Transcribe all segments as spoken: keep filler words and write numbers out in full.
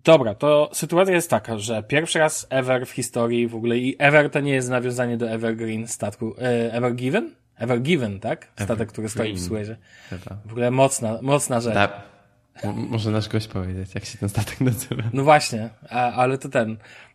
Dobra, to sytuacja jest taka, że pierwszy raz ever w historii w ogóle i ever to nie jest nawiązanie do Evergreen statku. E, Evergiven? Evergiven, tak? Statek, Evergreen. Który stoi w Suezie. W ogóle mocna, mocna rzecz. Da. Może nasz gość powiedzieć, jak się ten statek nazywa. No właśnie, a, ale to ten...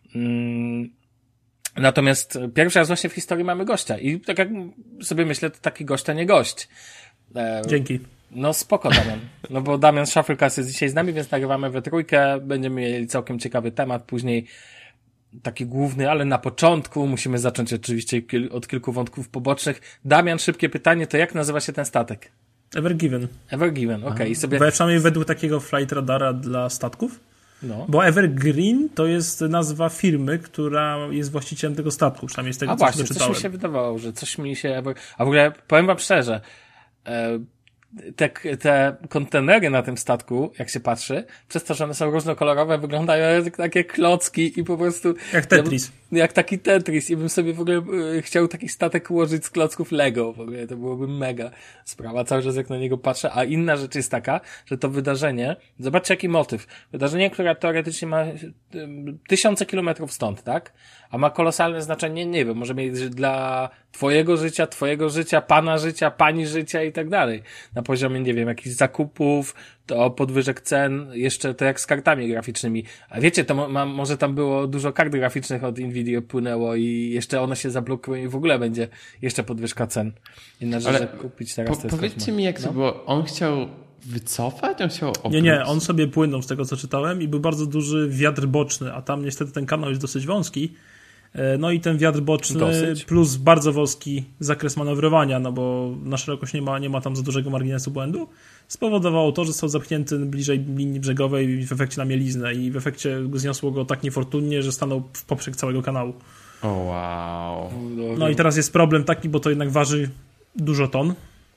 Mm, natomiast pierwszy raz właśnie w historii mamy gościa i tak jak sobie myślę, to taki gość to nie gość. E, Dzięki. No spoko, Damian. No bo Damian Shufflecast jest dzisiaj z nami, więc nagrywamy we trójkę. Będziemy mieli całkiem ciekawy temat. Później taki główny, ale na początku musimy zacząć oczywiście od kilku wątków pobocznych. Damian, szybkie pytanie, to jak nazywa się ten statek? Evergiven. Evergiven, okej. Okay. Sobie... Przynajmniej według takiego flight radara dla statków. No. Bo Evergreen to jest nazwa firmy, która jest właścicielem tego statku. Przynajmniej z tego, A co właśnie, doczytałem. coś mi się wydawało, że coś mi się... Ever... A w ogóle powiem wam szczerze, e... Te, te kontenery na tym statku, jak się patrzy, przez to, że one są różnokolorowe, wyglądają jak takie klocki i po prostu... Jak Tetris. Ja, jak taki Tetris i bym sobie w ogóle y, chciał taki statek ułożyć z klocków Lego. W ogóle to byłoby mega sprawa. Cały czas jak na niego patrzę. A inna rzecz jest taka, że to wydarzenie, zobaczcie jaki motyw. Wydarzenie, które teoretycznie ma y, tysiące kilometrów stąd, tak? A ma kolosalne znaczenie, nie wiem, może mieć dla twojego życia, twojego życia, pana życia, pani życia i tak dalej. Na poziomie, nie wiem, jakichś zakupów, to podwyżek cen, jeszcze to jak z kartami graficznymi. A wiecie, to ma, może tam było dużo kart graficznych od Nvidia płynęło i jeszcze one się zablokują i w ogóle będzie jeszcze podwyżka cen. Inna rzecz, że kupić teraz po, to jest Powiedzcie kosmos. mi, jak to no? było. On chciał wycofać? On chciał obrócić? Nie, nie, on sobie płynął z tego, co czytałem i był bardzo duży wiatr boczny, a tam niestety ten kanał jest dosyć wąski. No i ten wiatr boczny Dosyć. plus bardzo wąski zakres manewrowania, no bo na szerokość nie ma, nie ma tam za dużego marginesu błędu, spowodowało to, że został zapchnięty bliżej linii brzegowej i w efekcie na mieliznę i w efekcie zniosło go tak niefortunnie, że stanął w poprzek całego kanału. O wow. No i teraz jest problem taki, bo to jednak waży dużo ton.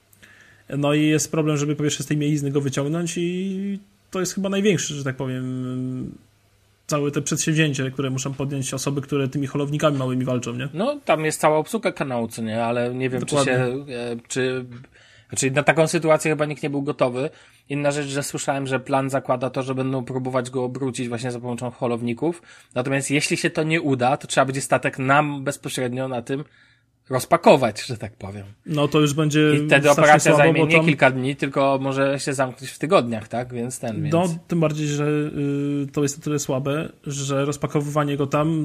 No i jest problem, żeby po pierwsze z tej mielizny go wyciągnąć i to jest chyba największy, że tak powiem, całe te przedsięwzięcie, które muszą podjąć osoby, które tymi holownikami małymi walczą, nie? No, tam jest cała obsługa kanału, co nie, ale nie wiem, Dokładnie. czy się, e, czy, znaczy na taką sytuację chyba nikt nie był gotowy. Inna rzecz, że słyszałem, że plan zakłada to, że będą próbować go obrócić właśnie za pomocą holowników. Natomiast jeśli się to nie uda, to trzeba będzie statek nam bezpośrednio na tym rozpakować, że tak powiem. No to już będzie I wtedy strasznie operacja słabo, zajmie bo nie tam... kilka dni, tylko może się zamknąć w tygodniach, tak? Więc ten, więc... No, tym bardziej, że y, to jest o tyle słabe, że rozpakowywanie go tam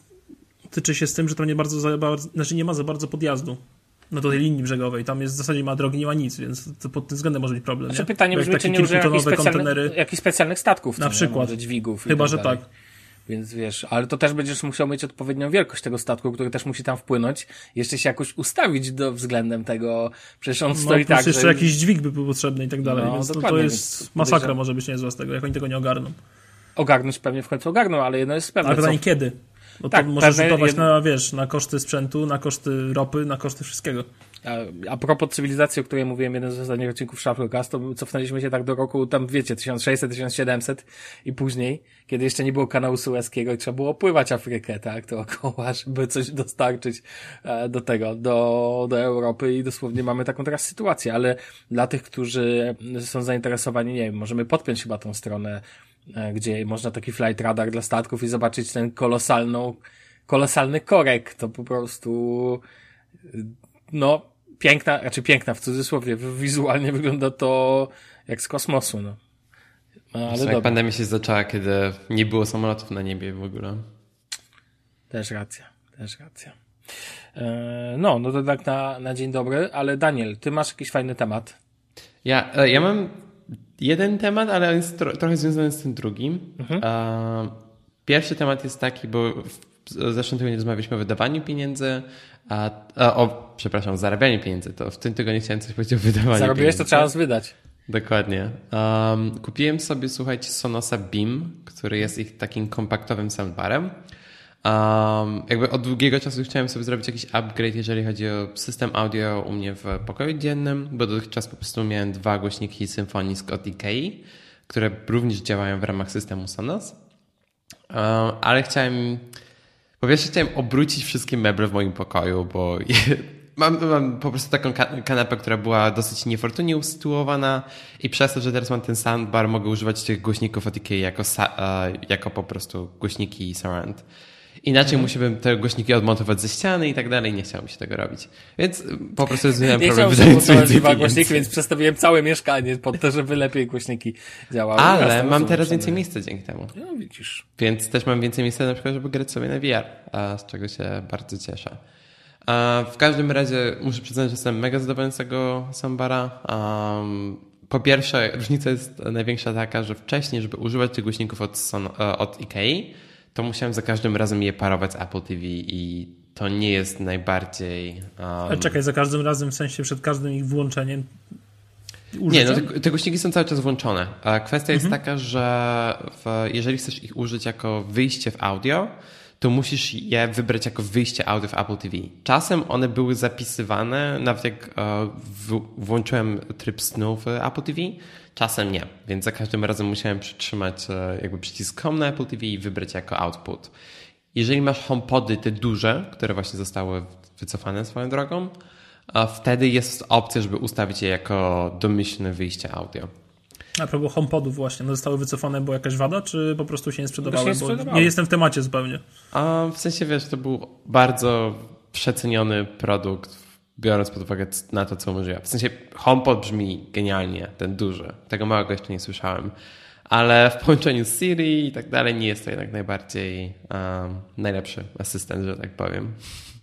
tyczy się z tym, że tam nie bardzo, za, znaczy nie ma za bardzo podjazdu no do tej linii brzegowej. Tam jest w zasadzie ma drogi, nie ma nic, więc to pod tym względem może być problem. Znaczy nie? pytanie brzmi, czy nie użyją jakichś specjalnych, jakichś specjalnych statków, na przykład, nie? dźwigów. Chyba, że tak. tak. Więc wiesz, ale to też będziesz musiał mieć odpowiednią wielkość tego statku, który też musi tam wpłynąć, jeszcze się jakoś ustawić do względem tego, przecież on no, stoi plus tak, jeszcze że... jakiś dźwig by był potrzebny i tak dalej, No, więc to, to dokładnie, jest więc masakra podejrzewam- może być niezła z tego, jak oni tego nie ogarną. Ogarnąć pewnie w końcu ogarną, ale jedno jest pewne. Ale pytanie co... kiedy? Bo Tak, to może pewne rzutować jed- na, wiesz, na koszty sprzętu, na koszty ropy, na koszty wszystkiego. A, a propos cywilizacji, o której mówiłem jeden z ostatnich odcinków Shufflecast, to cofnęliśmy się tak do roku, tam wiecie, tysiąc sześćset, tysiąc siedemset i później, kiedy jeszcze nie było kanału Suezkiego i trzeba było opływać Afrykę, tak, dookoła, żeby coś dostarczyć e, do tego, do, do Europy i dosłownie mamy taką teraz sytuację, ale dla tych, którzy są zainteresowani, nie wiem, możemy podpiąć chyba tą stronę, e, gdzie można taki flight radar dla statków i zobaczyć ten kolosalną, kolosalny korek, to po prostu no, piękna, znaczy piękna w cudzysłowie, wizualnie wygląda to jak z kosmosu, no. no ale jak pandemia się zaczęła, kiedy nie było samolotów na niebie w ogóle. Też racja, też racja. Eee, no, no to tak na, na dzień dobry, ale Daniel, ty masz jakiś fajny temat. Ja, ja mam jeden temat, ale on jest tro, trochę związany z tym drugim. Mhm. E, pierwszy temat jest taki, bo w zeszłym tygodniu rozmawialiśmy o wydawaniu pieniędzy, a, a o, przepraszam, zarabianiu pieniędzy. To w tym tygodniu chciałem coś powiedzieć o wydawaniu Zarobiłeś, pieniędzy. to trzeba wydać. Dokładnie. Um, kupiłem sobie, słuchajcie, Sonosa Beam, który jest ich takim kompaktowym soundbarem. Um, jakby od długiego czasu chciałem sobie zrobić jakiś upgrade, jeżeli chodzi o system audio u mnie w pokoju dziennym, bo dotychczas po prostu miałem dwa głośniki Symfonisk od Ikei, które również działają w ramach systemu Sonos. Um, ale chciałem... Po pierwsze chciałem obrócić wszystkie meble w moim pokoju, bo mam, mam po prostu taką ka- kanapę, która była dosyć niefortunnie usytuowana i przez to, że teraz mam ten soundbar, mogę używać tych głośników od Ikei jako, sa- jako po prostu głośniki surround. Inaczej mm. musiałbym te głośniki odmontować ze ściany i tak dalej. Nie chciałem się tego robić. Więc po prostu rozwiązałem problem wydając więcej dwa głośniki, więc przestawiłem całe mieszkanie pod to, żeby lepiej głośniki działały. Ale mam teraz więcej miejsca dzięki temu. No widzisz. Więc też mam więcej miejsca na przykład, żeby grać sobie na V R, z czego się bardzo cieszę. W każdym razie muszę przyznać, że jestem mega zadowolony z tego soundbara. Po pierwsze, różnica jest największa taka, że wcześniej, żeby używać tych głośników od, Son- od Ikei, to musiałem za każdym razem je parować z Apple T V i to nie jest najbardziej... Um... Ale czekaj, za każdym razem, w sensie przed każdym ich włączeniem? Użyciem? Nie, no te, te głośniki są cały czas włączone. A kwestia jest mhm. taka, że w, jeżeli chcesz ich użyć jako wyjście w audio, to musisz je wybrać jako wyjście audio w Apple T V. Czasem one były zapisywane, nawet jak e, w, włączyłem tryb snu w Apple T V, czasem nie. Więc za każdym razem musiałem przytrzymać e, jakby przycisk Home na Apple T V i wybrać jako output. Jeżeli masz HomePody, te duże, które właśnie zostały wycofane swoją drogą, a wtedy jest opcja, żeby ustawić je jako domyślne wyjście audio. A propos HomePodów właśnie, no zostały wycofane, bo jakaś wada, czy po prostu się nie sprzedawały? Nie, sprzedawały. Nie jestem w temacie zupełnie. A w sensie, wiesz, to był bardzo przeceniony produkt, biorąc pod uwagę na to, co używa. W sensie HomePod brzmi genialnie, ten duży. Tego małego jeszcze nie słyszałem. Ale w połączeniu z Siri i tak dalej nie jest to jednak najbardziej um, najlepszy asystent, że tak powiem.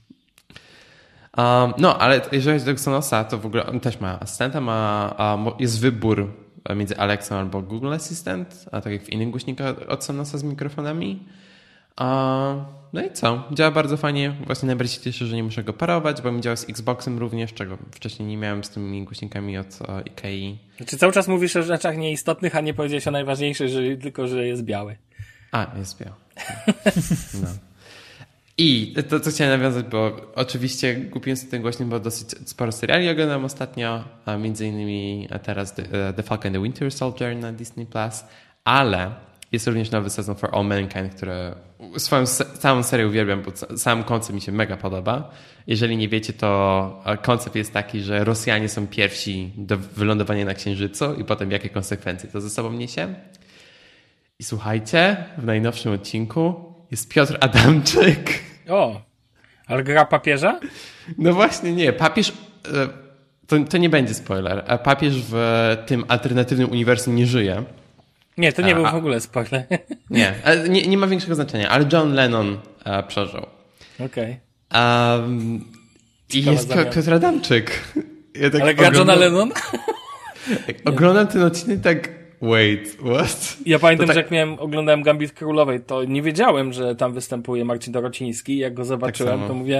Um, no, ale jeżeli chodzi o Sonosa, to w ogóle on też ma asystenta, ma, um, jest wybór między Alexą albo Google Assistant, a tak jak w innych głośnikach od Sonosa z mikrofonami. Um, no i co? Działa bardzo fajnie. Właśnie najbardziej się cieszę, że nie muszę go parować, bo mi działa z Xboxem również, czego wcześniej nie miałem z tymi głośnikami od uh, Ikei. Znaczy cały czas mówisz o rzeczach nieistotnych, a nie powiedziałeś o najważniejszej, że, tylko że jest biały. A, jest biały. No. I to, co chciałem nawiązać, bo oczywiście kupiłem sobie ten głośnik, bo dosyć sporo seriali oglądam ostatnio, a między innymi a teraz The, The Falcon and the Winter Soldier na Disney Plus, ale jest również nowy sezon For All Mankind, który swoją całą serię uwielbiam, bo sam koncept mi się mega podoba. Jeżeli nie wiecie, to koncept jest taki, że Rosjanie są pierwsi do wylądowania na Księżycu i potem jakie konsekwencje to ze sobą niesie. I słuchajcie, w najnowszym odcinku jest Piotr Adamczyk. O, ale gra papieża? No właśnie nie, papież, to, to nie będzie spoiler, a papież w tym alternatywnym uniwersum nie żyje. Nie, to nie a, był w ogóle spoiler. Nie, nie, nie ma większego znaczenia, ale John Lennon a, przeżył. Okej. Okay. Um, I jest P- Piotr Adamczyk. Ja tak ale gra Johna Lennon? Oglądam ten odcinek tak... Wait, what? Ja pamiętam, tak... że jak miałem, oglądałem Gambit Królowej, to nie wiedziałem, że tam występuje Marcin Dorociński. Jak go zobaczyłem, tak to mówię,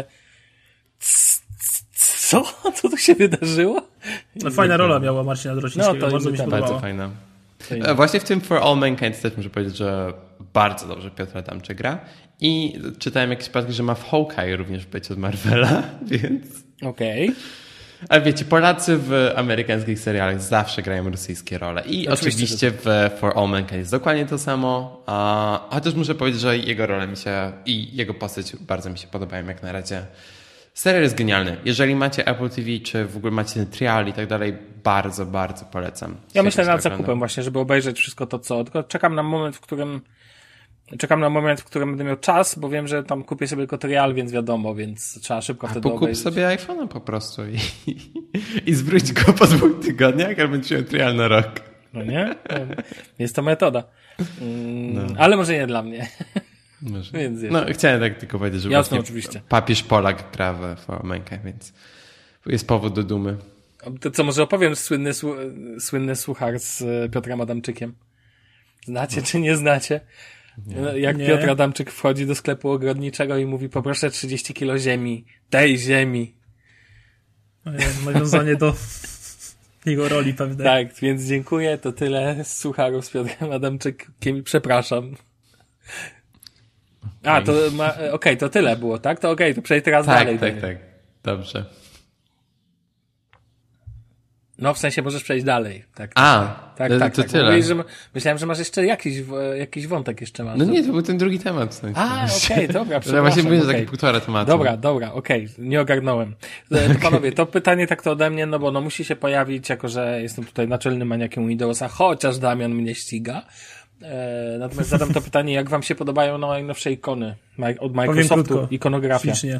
co? Co tu się wydarzyło? No, fajna rola miała Marcina Dorocińskiego, no, to bardzo mi się podobała. Bardzo fajna. Właśnie w tym For All Mankind też muszę powiedzieć, że bardzo dobrze Piotr Adamczyk gra. I czytałem jakieś przypadki, że ma w Hawkeye również być od Marvela, więc... Okej. Okay. Ale wiecie, Polacy w amerykańskich serialach zawsze grają rosyjskie role. I oczywiście, oczywiście w For All Mankind jest dokładnie to samo. A, chociaż muszę powiedzieć, że jego role mi się i jego postać bardzo mi się podobają jak na razie. Serial jest genialny. Jeżeli macie Apple T V, czy w ogóle macie ten trial i tak dalej, bardzo, bardzo polecam. Ja myślę nad zakupem właśnie, żeby obejrzeć wszystko to, co. Tylko czekam na moment, w którym Czekam na moment, w którym będę miał czas, bo wiem, że tam kupię sobie tylko trial, więc wiadomo, więc trzeba szybko A wtedy kup obejrzeć. sobie iPhone'a po prostu i, i zwróć go po dwóch tygodniach, albo będziesz miał trial na rok. No nie? Jest to metoda. Mm, no. Ale może nie dla mnie. Może. Więc no, chciałem tak tylko powiedzieć, że Jasne, właśnie oczywiście. papież Polak gra w For Mankind, więc jest powód do dumy. To co, może opowiem słynny, słynny suchar z Piotrem Adamczykiem. Znacie czy nie znacie? Nie. Jak nie. Piotr Adamczyk wchodzi do sklepu ogrodniczego i mówi, poproszę trzydzieści kilo ziemi. Tej ziemi. Nawiązanie do jego roli pewnie. Tak, więc dziękuję. To tyle z sucharów z Piotrem Adamczykiem. Przepraszam. Okay. A, to ma, okej, okay, to tyle było, tak? To okej, okay, to przejdź teraz tak, dalej. Tak, tak, tak. Dobrze. No, w sensie możesz przejść dalej. Tak, A, tak, to, tak. to tak. tyle. Mówiłeś, że m- myślałem, że masz jeszcze jakiś, w- jakiś wątek jeszcze masz. No nie, to był ten drugi temat. W sensie. A, okej, okay, dobra, Ja przepraszam. właśnie mówię, że okay. takie półtora tematu. Dobra, dobra, okej, okay. nie ogarnąłem. To, to panowie, to pytanie tak to ode mnie, no bo no musi się pojawić, jako że jestem tutaj naczelnym maniakiem Windowsa, chociaż Damian mnie ściga. E, natomiast zadam to pytanie, jak wam się podobają najnowsze ikony od Microsoftu, krótko. ikonografia? Ślicznie.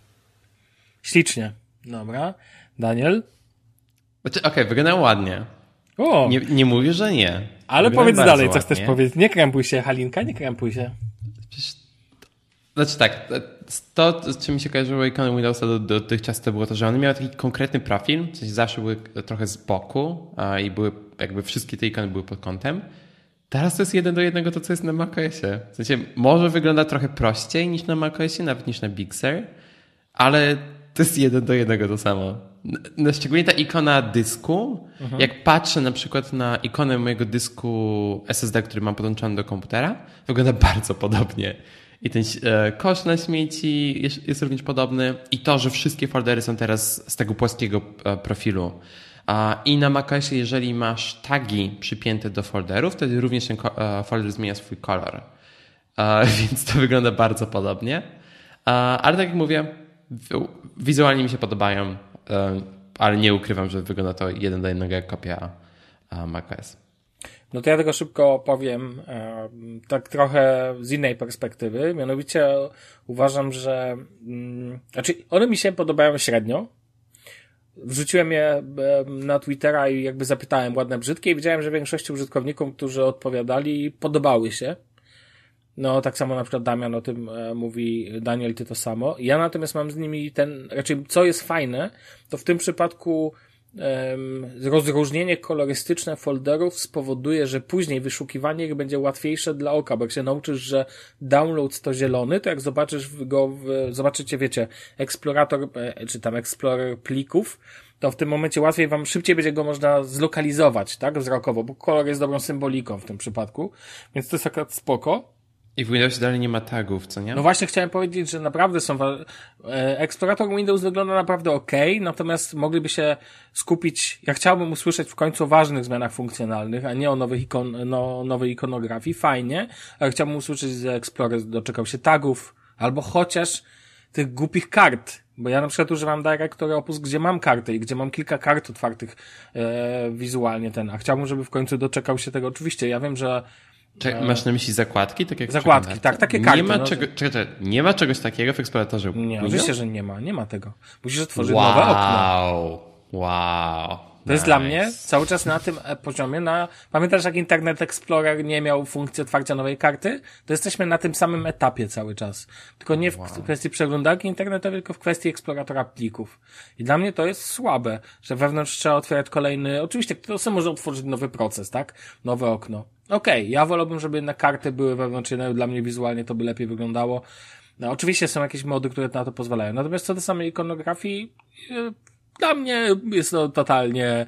Ślicznie. Dobra. Daniel? Znaczy, okej, okay, wyglądają ładnie. O! Nie, nie mówię, że nie. Ale Wyglądają powiedz bardzo dalej, co ładnie. chcesz powiedzieć. Nie krępuj się, Halinka, nie krępuj się. Przecież... Znaczy tak, to, z czym mi się kojarzyło ikony Windowsa do, dotychczas, to było to, że one miały taki konkretny profil, w sensie zawsze były trochę z boku a, i były, jakby wszystkie te ikony były pod kątem. Teraz to jest jeden do jednego to, co jest na macOSie. W sensie może wygląda trochę prościej niż na macOSie, nawet niż na Big Sur, ale to jest jeden do jednego to samo. No, szczególnie ta ikona dysku. Mhm. Jak patrzę na przykład na ikonę mojego dysku S S D, który mam podłączony do komputera, wygląda bardzo podobnie. I ten e, kosz na śmieci jest, jest również podobny. I to, że wszystkie foldery są teraz z tego płaskiego e, profilu. A, I na macOSie, jeżeli masz tagi przypięte do folderów, wtedy również ten ko- e, folder zmienia swój kolor. E, więc to wygląda bardzo podobnie. E, ale tak jak mówię, w, wizualnie mi się podobają, e, ale nie ukrywam, że wygląda to jeden do jednego jak kopia e, macOS. No to ja tego szybko powiem, e, tak trochę z innej perspektywy. Mianowicie uważam, że mm, znaczy one mi się podobają średnio. Wrzuciłem je e, na Twittera i jakby zapytałem ładne, brzydkie i widziałem, że większości użytkowników, którzy odpowiadali, podobały się. No tak samo na przykład Damian o tym e, mówi, Daniel, ty to samo. Ja natomiast mam z nimi ten, raczej co jest fajne, to w tym przypadku rozróżnienie kolorystyczne folderów spowoduje, że później wyszukiwanie ich będzie łatwiejsze dla oka, bo jak się nauczysz, że download to zielony, to jak zobaczysz go, w, zobaczycie, wiecie, eksplorator, czy tam explorer plików, to w tym momencie łatwiej wam, szybciej będzie go można zlokalizować, tak, wzrokowo, bo kolor jest dobrą symboliką w tym przypadku, więc to jest akurat spoko. I w Windowsie dalej nie ma tagów, co nie? No właśnie chciałem powiedzieć, że naprawdę są... Wa- Eksplorator Windows wygląda naprawdę okej, natomiast mogliby się skupić... Ja chciałbym usłyszeć w końcu o ważnych zmianach funkcjonalnych, a nie o nowych ikon, no, nowej ikonografii. Fajnie, ale chciałbym usłyszeć, że Explorer doczekał się tagów, albo chociaż tych głupich kart. Bo ja na przykład używam Directory Opus, gdzie mam karty i gdzie mam kilka kart otwartych e, wizualnie ten, a chciałbym, żeby w końcu doczekał się tego. Oczywiście, ja wiem, że Czy masz na myśli zakładki? Tak jak zakładki, tak, takie karty. Nie ma, no. czego, czekaj, czekaj, nie ma czegoś takiego w eksploratorze? Nie, oczywiście, że nie ma, nie ma tego. Musisz otworzyć wow, nowe okno. Wow. To jest dla mnie cały czas na tym poziomie, na, pamiętasz jak Internet Explorer nie miał funkcji otwarcia nowej karty? To jesteśmy na tym samym etapie cały czas. Tylko nie w wow. kwestii przeglądarki internetowej, tylko w kwestii eksploratora plików. I dla mnie to jest słabe, że wewnątrz trzeba otwierać kolejny, oczywiście to sobie można otworzyć nowy proces, tak? Nowe okno. Okej, okay, ja wolałbym, żeby na karty były wewnątrz, dla mnie wizualnie to by lepiej wyglądało. No, oczywiście są jakieś mody, które na to pozwalają. Natomiast co do samej ikonografii, yy, dla mnie jest to totalnie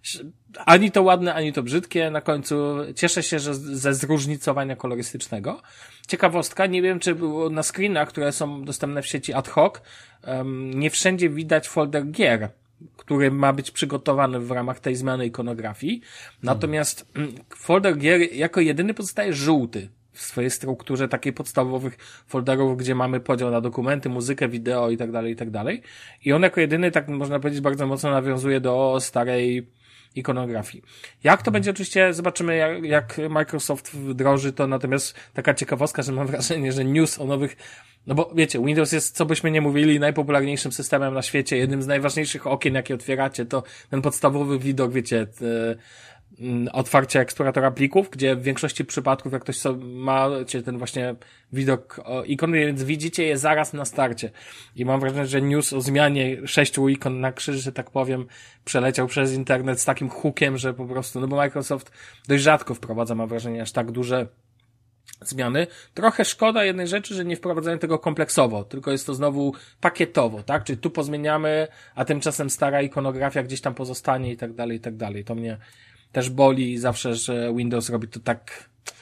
ani to ładne, ani to brzydkie. Na końcu cieszę się, że ze zróżnicowania kolorystycznego. Ciekawostka, nie wiem, czy było na screenach, które są dostępne w sieci ad hoc, um, nie wszędzie widać folder gier, który ma być przygotowany w ramach tej zmiany ikonografii. Natomiast hmm. folder gier jako jedyny pozostaje żółty w swojej strukturze takiej podstawowych folderów, gdzie mamy podział na dokumenty, muzykę, wideo i tak dalej, i tak dalej. I on jako jedyny, tak można powiedzieć, bardzo mocno nawiązuje do starej ikonografii. Jak to będzie, oczywiście zobaczymy, jak, jak Microsoft wdroży to, natomiast taka ciekawostka, że mam wrażenie, że news o nowych, no bo wiecie, Windows jest, co byśmy nie mówili, najpopularniejszym systemem na świecie, jednym z najważniejszych okien, jakie otwieracie, to ten podstawowy widok, wiecie, t, otwarcie eksploratora plików, gdzie w większości przypadków, jak ktoś sobie macie ten właśnie widok ikony, więc widzicie je zaraz na starcie. I mam wrażenie, że news o zmianie sześciu ikon na krzyż, że tak powiem, przeleciał przez internet z takim hookiem, że po prostu, no bo Microsoft dość rzadko wprowadza, mam wrażenie, aż tak duże zmiany. Trochę szkoda jednej rzeczy, że nie wprowadzają tego kompleksowo, tylko jest to znowu pakietowo, tak? Czyli tu pozmieniamy, a tymczasem stara ikonografia gdzieś tam pozostanie i tak dalej, i tak dalej. To mnie też boli zawsze, że Windows robi to tak,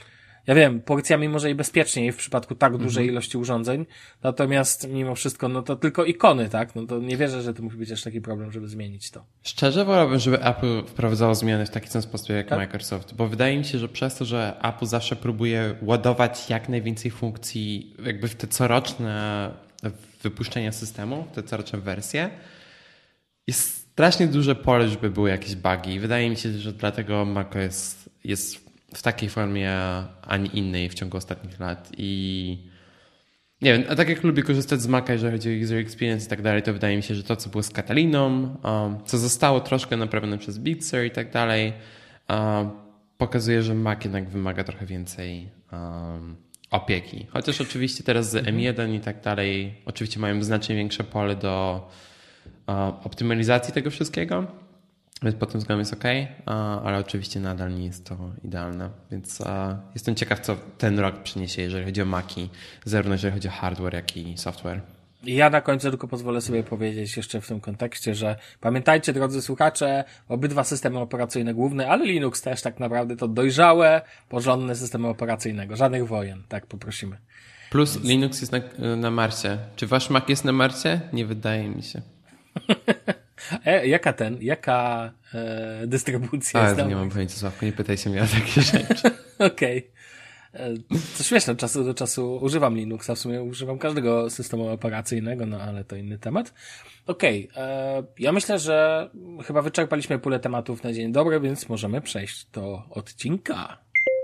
Ja wiem, porcjami może i bezpieczniej w przypadku tak dużej Mhm. ilości urządzeń, natomiast mimo wszystko, no to tylko ikony, tak? No to nie wierzę, że to musi być aż taki problem, żeby zmienić to. Szczerze wolałbym, żeby Apple wprowadzało zmiany w taki sam sposób jak Tak? Microsoft, bo wydaje mi się, że przez to, że Apple zawsze próbuje ładować jak najwięcej funkcji jakby w te coroczne wypuszczenia systemu, w te coroczne wersje, jest strasznie duże pole, żeby były jakieś bugi. I wydaje mi się, że dlatego Mac jest, jest w takiej formie, a nie innej w ciągu ostatnich lat. I nie wiem, a tak jak lubię korzystać z Maca, jeżeli chodzi o user experience i tak dalej, to wydaje mi się, że to, co było z Cataliną, um, co zostało troszkę naprawione przez Big Sur i tak dalej, um, pokazuje, że Mac jednak wymaga trochę więcej um, opieki. Chociaż oczywiście teraz z M jeden i tak dalej, oczywiście mają znacznie większe pole do optymalizacji tego wszystkiego, więc pod tym względem jest ok, ale oczywiście nadal nie jest to idealne, więc jestem ciekaw, co ten rok przyniesie, jeżeli chodzi o Maci, zarówno jeżeli chodzi o hardware, jak i software. Ja na końcu tylko pozwolę sobie powiedzieć jeszcze w tym kontekście, że pamiętajcie, drodzy słuchacze, obydwa systemy operacyjne główne, ale Linux też tak naprawdę to dojrzałe, porządne systemy operacyjnego, żadnych wojen, tak poprosimy. Plus więc... Linux jest na, na Marsie. Czy wasz Mac jest na Marsie? Nie wydaje mi się. E, jaka ten, jaka e, dystrybucja A, jest tam? Nie mam pojęcia, Sławku, nie pytaj się mnie o takie rzeczy. Okej. Okay. To śmieszne, od czasu do czasu używam Linuxa, w sumie używam każdego systemu operacyjnego, no ale to inny temat. Okej, okay. Ja myślę, że chyba wyczerpaliśmy pulę tematów na dzień dobry, więc możemy przejść do odcinka.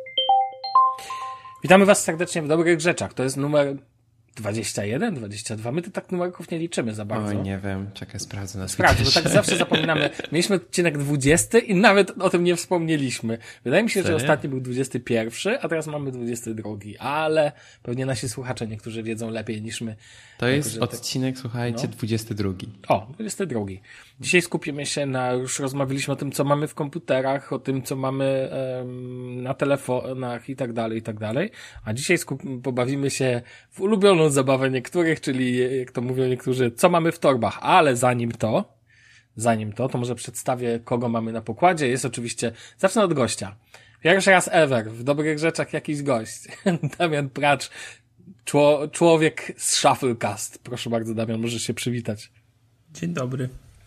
Witamy was serdecznie w Dobrych Rzeczach. To jest numer dwadzieścia jeden, dwadzieścia dwa. My to tak numerków nie liczymy za bardzo. Oj, nie wiem. Czekaj, sprawdzę na Sprawdź, bo tak zawsze zapominamy. Mieliśmy odcinek dwudziesty i nawet o tym nie wspomnieliśmy. Wydaje mi się, Serio? że ostatni był dwudziesty pierwszy, a teraz mamy dwudziesty drugi. Ale pewnie nasi słuchacze niektórzy wiedzą lepiej niż my. To jako, jest odcinek, tak... słuchajcie, no. dwudziesty drugi. O, dwudziesty drugi. Dzisiaj skupimy się na, już rozmawialiśmy o tym, co mamy w komputerach, o tym, co mamy um, na telefonach i tak dalej, i tak dalej. A dzisiaj skup... pobawimy się w ulubioną zabawę niektórych, czyli, jak to mówią niektórzy, co mamy w torbach. Ale zanim to, zanim to, to może przedstawię, kogo mamy na pokładzie. Jest oczywiście, zacznę od gościa. Pierwszy raz ever, w Dobrych Rzeczach jakiś gość. Damian Pracz, czło, człowiek z Shufflecast. Proszę bardzo, Damian, możesz się przywitać. Dzień dobry.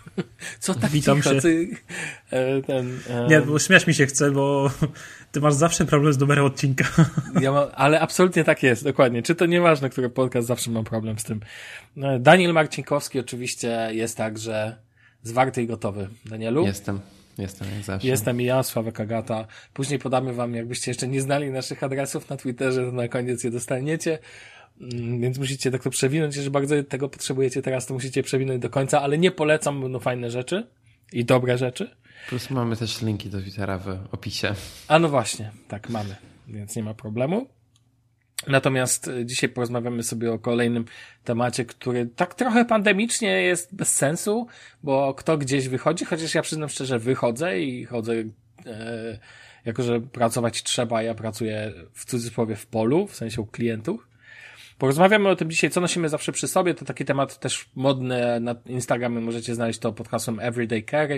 Co tak Witam cicho, się. Ty, e, ten, e, Nie, bo śmiać mi się chce, bo ty masz zawsze problem z numerem odcinka. Ja mam, ale absolutnie tak jest, dokładnie. Czy to nieważne, który podcast, zawsze mam problem z tym. E, Daniel Marcinkowski oczywiście jest także zwarty i gotowy. Danielu? Jestem. Jestem jak zawsze. Jestem i ja, Sławek Agata. Później podamy wam, jakbyście jeszcze nie znali naszych adresów na Twitterze, to na koniec je dostaniecie. Więc musicie tak to przewinąć, jeżeli bardzo tego potrzebujecie teraz, to musicie przewinąć do końca, ale nie polecam, będą fajne rzeczy i dobre rzeczy. Plus mamy też linki do Twittera w opisie. A no właśnie, tak mamy, więc nie ma problemu. Natomiast dzisiaj porozmawiamy sobie o kolejnym temacie, który tak trochę pandemicznie jest bez sensu, bo kto gdzieś wychodzi, chociaż ja przyznam szczerze, wychodzę i chodzę, e, jako że pracować trzeba, ja pracuję w cudzysłowie w polu, w sensie u klientów. Porozmawiamy o tym dzisiaj, co nosimy zawsze przy sobie. To taki temat też modny. Na Instagramie możecie znaleźć to pod hasłem Everyday Carry.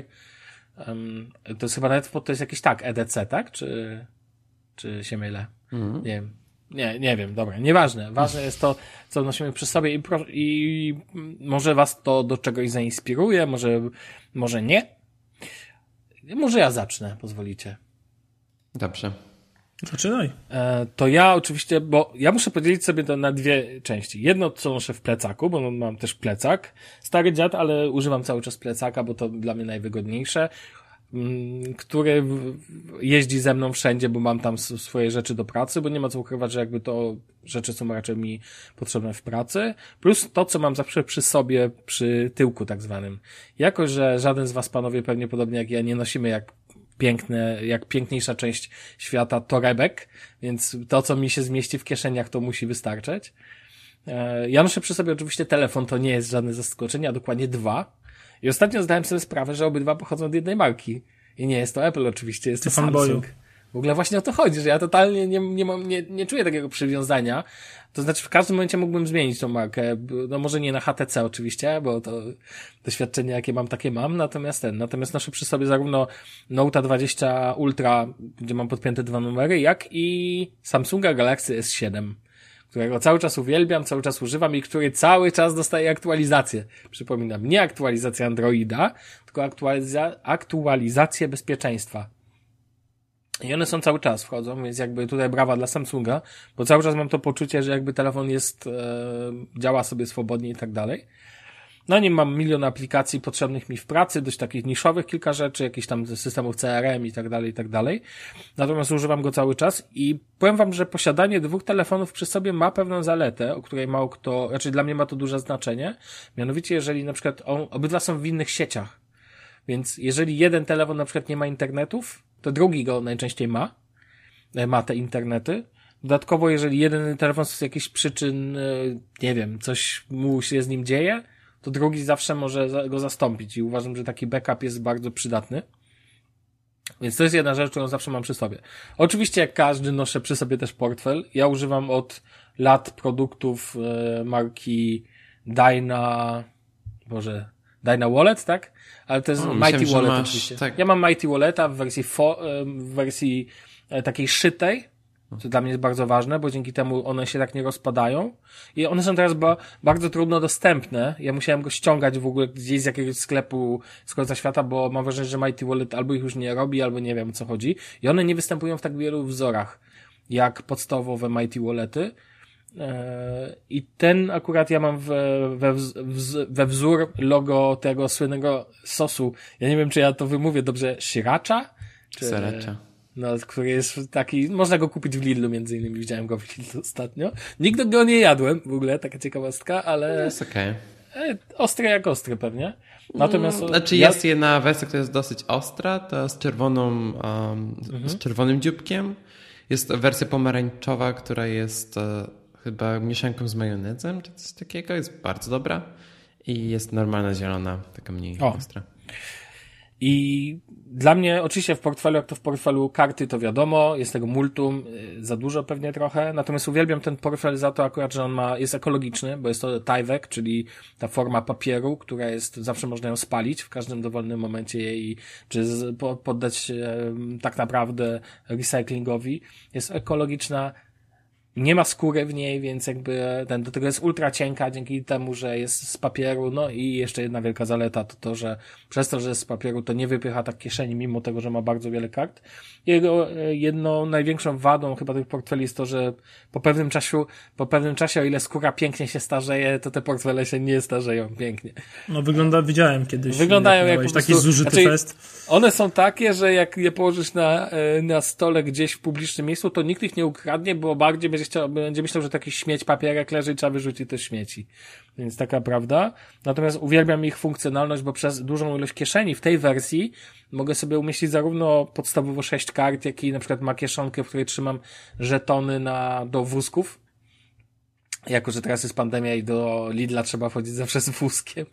Um, to jest chyba nawet, to jest jakiś tak, E D C, tak? Czy, czy się mylę? Mhm. Nie wiem. Nie, nie wiem, dobra, nieważne. Ważne jest to, co nosimy przy sobie i, pro, i może was to do czegoś zainspiruje, może, może nie. Może ja zacznę, pozwolicie. Dobrze. Zaczynaj. E, to ja oczywiście, bo ja muszę podzielić sobie to na dwie części. Jedno, co noszę w plecaku, bo mam też plecak. Stary dziad, ale używam cały czas plecaka, bo to dla mnie najwygodniejsze, m, który w, jeździ ze mną wszędzie, bo mam tam s- swoje rzeczy do pracy, bo nie ma co ukrywać, że jakby to rzeczy są raczej mi potrzebne w pracy. Plus to, co mam zawsze przy sobie, przy tyłku tak zwanym. Jako, że żaden z was, panowie, pewnie podobnie jak ja, nie nosimy jak piękne, jak piękniejsza część świata torebek, więc to, co mi się zmieści w kieszeniach, to musi wystarczać. Ja noszę przy sobie oczywiście telefon, to nie jest żadne zaskoczenie, a dokładnie dwa. I ostatnio zdałem sobie sprawę, że obydwa pochodzą od jednej marki. I nie jest to Apple oczywiście, jest to Ty fanboyu. Samsung. W ogóle właśnie o to chodzi, że ja totalnie nie, nie mam, nie, nie czuję takiego przywiązania. To znaczy w każdym momencie mógłbym zmienić tą markę. No może nie na H T C oczywiście, bo to doświadczenie jakie mam, takie mam. Natomiast ten, natomiast noszę przy sobie zarówno Note dwadzieścia Ultra, gdzie mam podpięte dwa numery, jak i Samsunga Galaxy S siedem, którego cały czas uwielbiam, cały czas używam i który cały czas dostaje aktualizację. Przypominam, nie aktualizację Androida, tylko aktualiza- aktualizację bezpieczeństwa. I one są cały czas wchodzą, więc jakby tutaj brawa dla Samsunga, bo cały czas mam to poczucie, że jakby telefon jest, e, działa sobie swobodnie i tak dalej. Na nim mam milion aplikacji potrzebnych mi w pracy, dość takich niszowych kilka rzeczy, jakichś tam systemów C R M i tak dalej, i tak dalej. Natomiast używam go cały czas i powiem wam, że posiadanie dwóch telefonów przy sobie ma pewną zaletę, o której mało kto, raczej dla mnie ma to duże znaczenie. Mianowicie, jeżeli na przykład on, obydwa są w innych sieciach, więc jeżeli jeden telefon na przykład nie ma internetów, to drugi go najczęściej ma, ma te internety. Dodatkowo, jeżeli jeden telefon z jakichś przyczyn, nie wiem, coś mu się z nim dzieje, to drugi zawsze może go zastąpić i uważam, że taki backup jest bardzo przydatny. Więc to jest jedna rzecz, którą zawsze mam przy sobie. Oczywiście jak każdy noszę przy sobie też portfel. Ja używam od lat produktów e, marki Dyna, Boże, Dyna Wallet, tak? Ale to jest o, Mighty myślałem, Wallet masz, oczywiście. tak. Ja mam Mighty Walleta w wersji fo, w wersji takiej szytej, co dla mnie jest bardzo ważne, bo dzięki temu one się tak nie rozpadają. I one są teraz ba, bardzo trudno dostępne. Ja musiałem go ściągać w ogóle gdzieś z jakiegoś sklepu z końca świata, bo mam wrażenie, że Mighty Wallet albo ich już nie robi, albo nie wiem o co chodzi. I one nie występują w tak wielu wzorach, jak podstawowe Mighty Wallety. I ten akurat ja mam we, we, we wzór logo tego słynnego sosu. Ja nie wiem, czy ja to wymówię dobrze. Sriracha? Czy, Sriracha. No, który jest taki, można go kupić w Lidlu między innymi. Widziałem go w Lidlu ostatnio. Nigdy go nie jadłem w ogóle, taka ciekawostka, ale... No jest okej. Okay. Ostry jak ostry pewnie. Natomiast... Mm, znaczy ja... jest jedna wersja, która jest dosyć ostra, to z czerwoną, um, mhm. z czerwonym dzióbkiem. Jest wersja pomarańczowa, która jest... E, chyba mieszanką z majonezem, czy coś takiego, jest bardzo dobra. I jest normalna zielona, taka mniej o. ostra. I dla mnie, oczywiście w portfelu, jak to w portfelu karty, to wiadomo, jest tego multum, za dużo pewnie trochę, natomiast uwielbiam ten portfel za to akurat, że on ma, jest ekologiczny, bo jest to Tyvek, czyli ta forma papieru, która jest, zawsze można ją spalić w każdym dowolnym momencie jej, czy z, po, poddać e, tak naprawdę recyklingowi. Jest ekologiczna, nie ma skóry w niej, więc jakby ten, do tego jest ultra cienka dzięki temu, że jest z papieru. No i jeszcze jedna wielka zaleta to to, że przez to, że jest z papieru, to nie wypycha tak kieszeni, mimo tego, że ma bardzo wiele kart. Jego jedną największą wadą chyba tych portfeli jest to, że po pewnym czasie, po pewnym czasie, o ile skóra pięknie się starzeje, to te portfele się nie starzeją pięknie. No wygląda, widziałem kiedyś. Wyglądają jak, jak po taki prostu, zużyty znaczy, fest. One są takie, że jak je położysz na, na stole gdzieś w publicznym miejscu, to nikt ich nie ukradnie, bo bardziej będzie chciał, będzie myślał, że taki śmieć papierek leży i trzeba wyrzucić te śmieci. Więc taka prawda. Natomiast uwielbiam ich funkcjonalność, bo przez dużą ilość kieszeni w tej wersji mogę sobie umieścić zarówno podstawowo sześć kart, jak i na przykład ma kieszonkę, w której trzymam żetony na, do wózków. Jako że teraz jest pandemia i do Lidla trzeba wchodzić zawsze z wózkiem,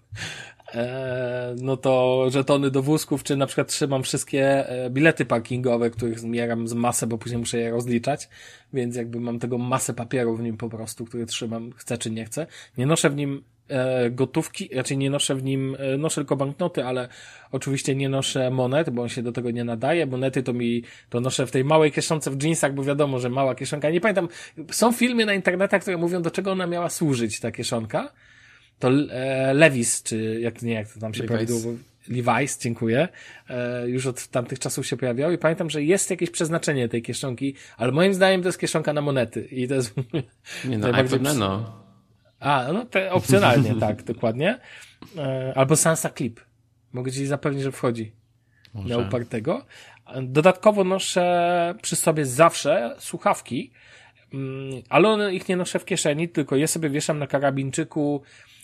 e, no to żetony do wózków, czy na przykład trzymam wszystkie bilety parkingowe, których zbieram z masę, bo później muszę je rozliczać, więc jakby mam tego masę papieru w nim po prostu, który trzymam, chcę czy nie chcę. Nie noszę w nim e, gotówki, raczej nie noszę w nim, e, noszę tylko banknoty, ale oczywiście nie noszę monet, bo on się do tego nie nadaje. Monety to mi, to noszę w tej małej kieszonce w dżinsach, bo wiadomo, że mała kieszonka. Nie pamiętam, są filmy na internetach, które mówią, do czego ona miała służyć, ta kieszonka. To e, Levi's, czy jak nie, jak to tam się prawidłowo... Levi's, dziękuję. E, już od tamtych czasów się pojawiał i pamiętam, że jest jakieś przeznaczenie tej kieszonki, ale moim zdaniem to jest kieszonka na monety i to jest... Nie no, iPod Nano. A, no to opcjonalnie, tak, dokładnie. E, albo Sansa Clip. Mogę ci zapewnić, że wchodzi Może. na upartego. Dodatkowo noszę przy sobie zawsze słuchawki, ale one ich nie noszę w kieszeni, tylko je sobie wieszam na karabinczyku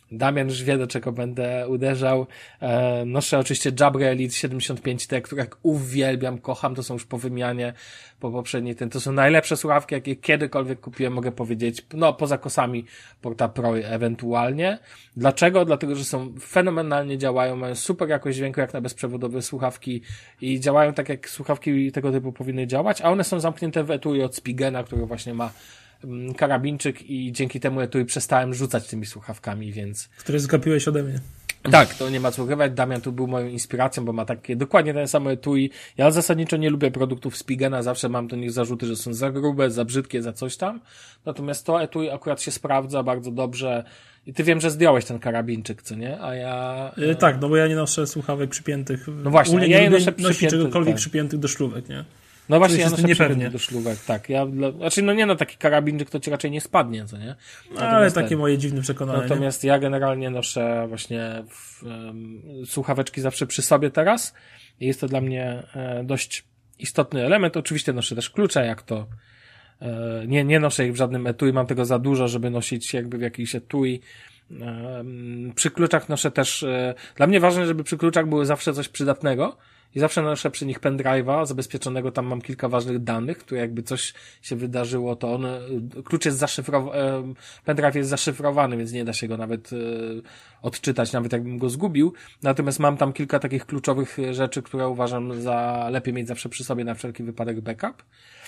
Damian już wie, do czego będę uderzał. E, noszę oczywiście Jabra Elite siedemdziesiąt pięć T, które jak uwielbiam, kocham, to są już po wymianie, po poprzedniej ten, to są najlepsze słuchawki, jakie kiedykolwiek kupiłem, mogę powiedzieć, no poza kosami Porta Pro ewentualnie. Dlaczego? Dlatego, że są fenomenalnie działają, mają super jakość dźwięku jak na bezprzewodowe słuchawki i działają tak jak słuchawki tego typu powinny działać, a one są zamknięte w etui od Spigena, który właśnie ma karabinczyk i dzięki temu etui przestałem rzucać tymi słuchawkami, więc... Które zgapiłeś ode mnie. Tak, to nie ma co ukrywać. Damian tu był moją inspiracją, bo ma takie dokładnie ten sam etui. Ja zasadniczo nie lubię produktów Spigena, zawsze mam do nich zarzuty, że są za grube, za brzydkie, za coś tam. Natomiast to etui akurat się sprawdza bardzo dobrze. I ty wiem, że zdjąłeś ten karabinczyk, co nie? A ja... Yy, tak, no bo ja nie noszę słuchawek przypiętych. No właśnie, Ogólnie ja nie je lubię noszę nosić przypięte, czegokolwiek tak. przypiętych do szlówek, nie? No właśnie, Czuję ja się noszę z tym niepewnie. przypięty do szlówek, tak. Ja, dla- znaczy, no nie no, taki karabinczyk to ci raczej nie spadnie, co nie? No, ale Natomiast takie ten- moje dziwne przekonanie. Natomiast ja generalnie noszę właśnie w, um, słuchaweczki zawsze przy sobie teraz i jest to dla mnie e, dość istotny element. Oczywiście noszę też klucze, jak to e, nie, nie noszę ich w żadnym etui, mam tego za dużo, żeby nosić jakby w jakiejś etui. Um, przy kluczach noszę też, e, dla mnie ważne, żeby przy kluczach było zawsze coś przydatnego. I zawsze noszę przy nich pendrive'a zabezpieczonego, tam mam kilka ważnych danych, które jakby coś się wydarzyło, to on, klucz jest zaszyfrowany, pendrive jest zaszyfrowany, więc nie da się go nawet e, odczytać, nawet jakbym go zgubił. Natomiast mam tam kilka takich kluczowych rzeczy, które uważam za lepiej mieć zawsze przy sobie na wszelki wypadek backup.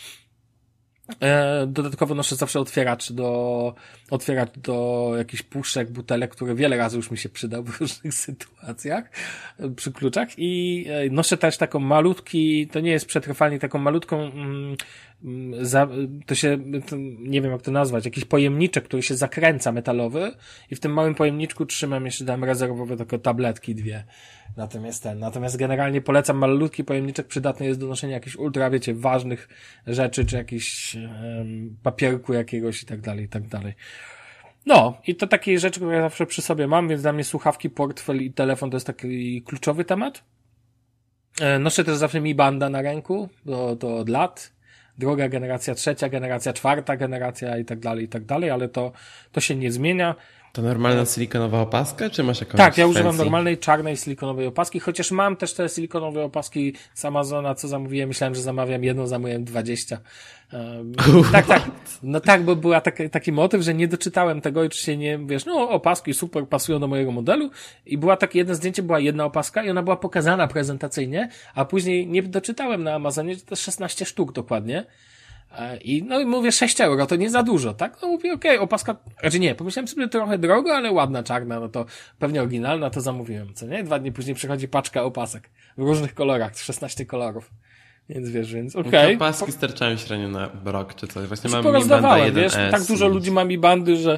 E, dodatkowo noszę zawsze otwieracz do, otwieracz do jakichś puszek, butelek, który wiele razy już mi się przydał w różnych sytuacjach e, przy kluczach i e, noszę też taką malutki, to nie jest przetrwalnie, taką malutką mm, mm, za, to się, to, nie wiem jak to nazwać, jakiś pojemniczek, który się zakręca metalowy i w tym małym pojemniczku trzymam jeszcze tam rezerwowe takie tabletki dwie. Natomiast ten, natomiast generalnie polecam malutki pojemniczek, przydatny jest do noszenia jakichś ultra, wiecie, ważnych rzeczy, czy jakichś um, papierku jakiegoś i tak dalej, i tak dalej. No, i to takie rzeczy, które ja zawsze przy sobie mam, więc dla mnie słuchawki, portfel i telefon to jest taki kluczowy temat. E, noszę też zawsze Mi Banda na ręku, to, to od lat. Druga generacja, trzecia generacja, czwarta generacja i tak dalej, i tak dalej, ale to, to się nie zmienia. To normalna silikonowa opaska, czy masz jakąś Tak, ja fancy? używam normalnej, czarnej, silikonowej opaski, chociaż mam też te silikonowe opaski z Amazona, co zamówiłem, myślałem, że zamawiam jedną, zamówiłem dwadzieścia. Um, tak, tak, no tak, bo była taki, taki motyw, że nie doczytałem tego i oczywiście nie, wiesz, no opaski super pasują do mojego modelu i była takie, jedno zdjęcie, była jedna opaska i ona była pokazana prezentacyjnie, a później nie doczytałem na Amazonie, to szesnaście sztuk dokładnie. I no i mówię sześć euro, to nie za dużo, tak? No mówię, okej, okay, opaska, znaczy nie, pomyślałem sobie trochę drogo, ale ładna, czarna, no to pewnie oryginalna, to zamówiłem, co nie? Dwa dni później przychodzi paczka opasek w różnych kolorach, szesnaście kolorów. Więc wiesz, więc okej. Okay. Te opaski starczają średnio na rok czy coś. Właśnie mam Mi Banda jeden wiesz, S tak dużo i... ludzi ma Mi Bandy, że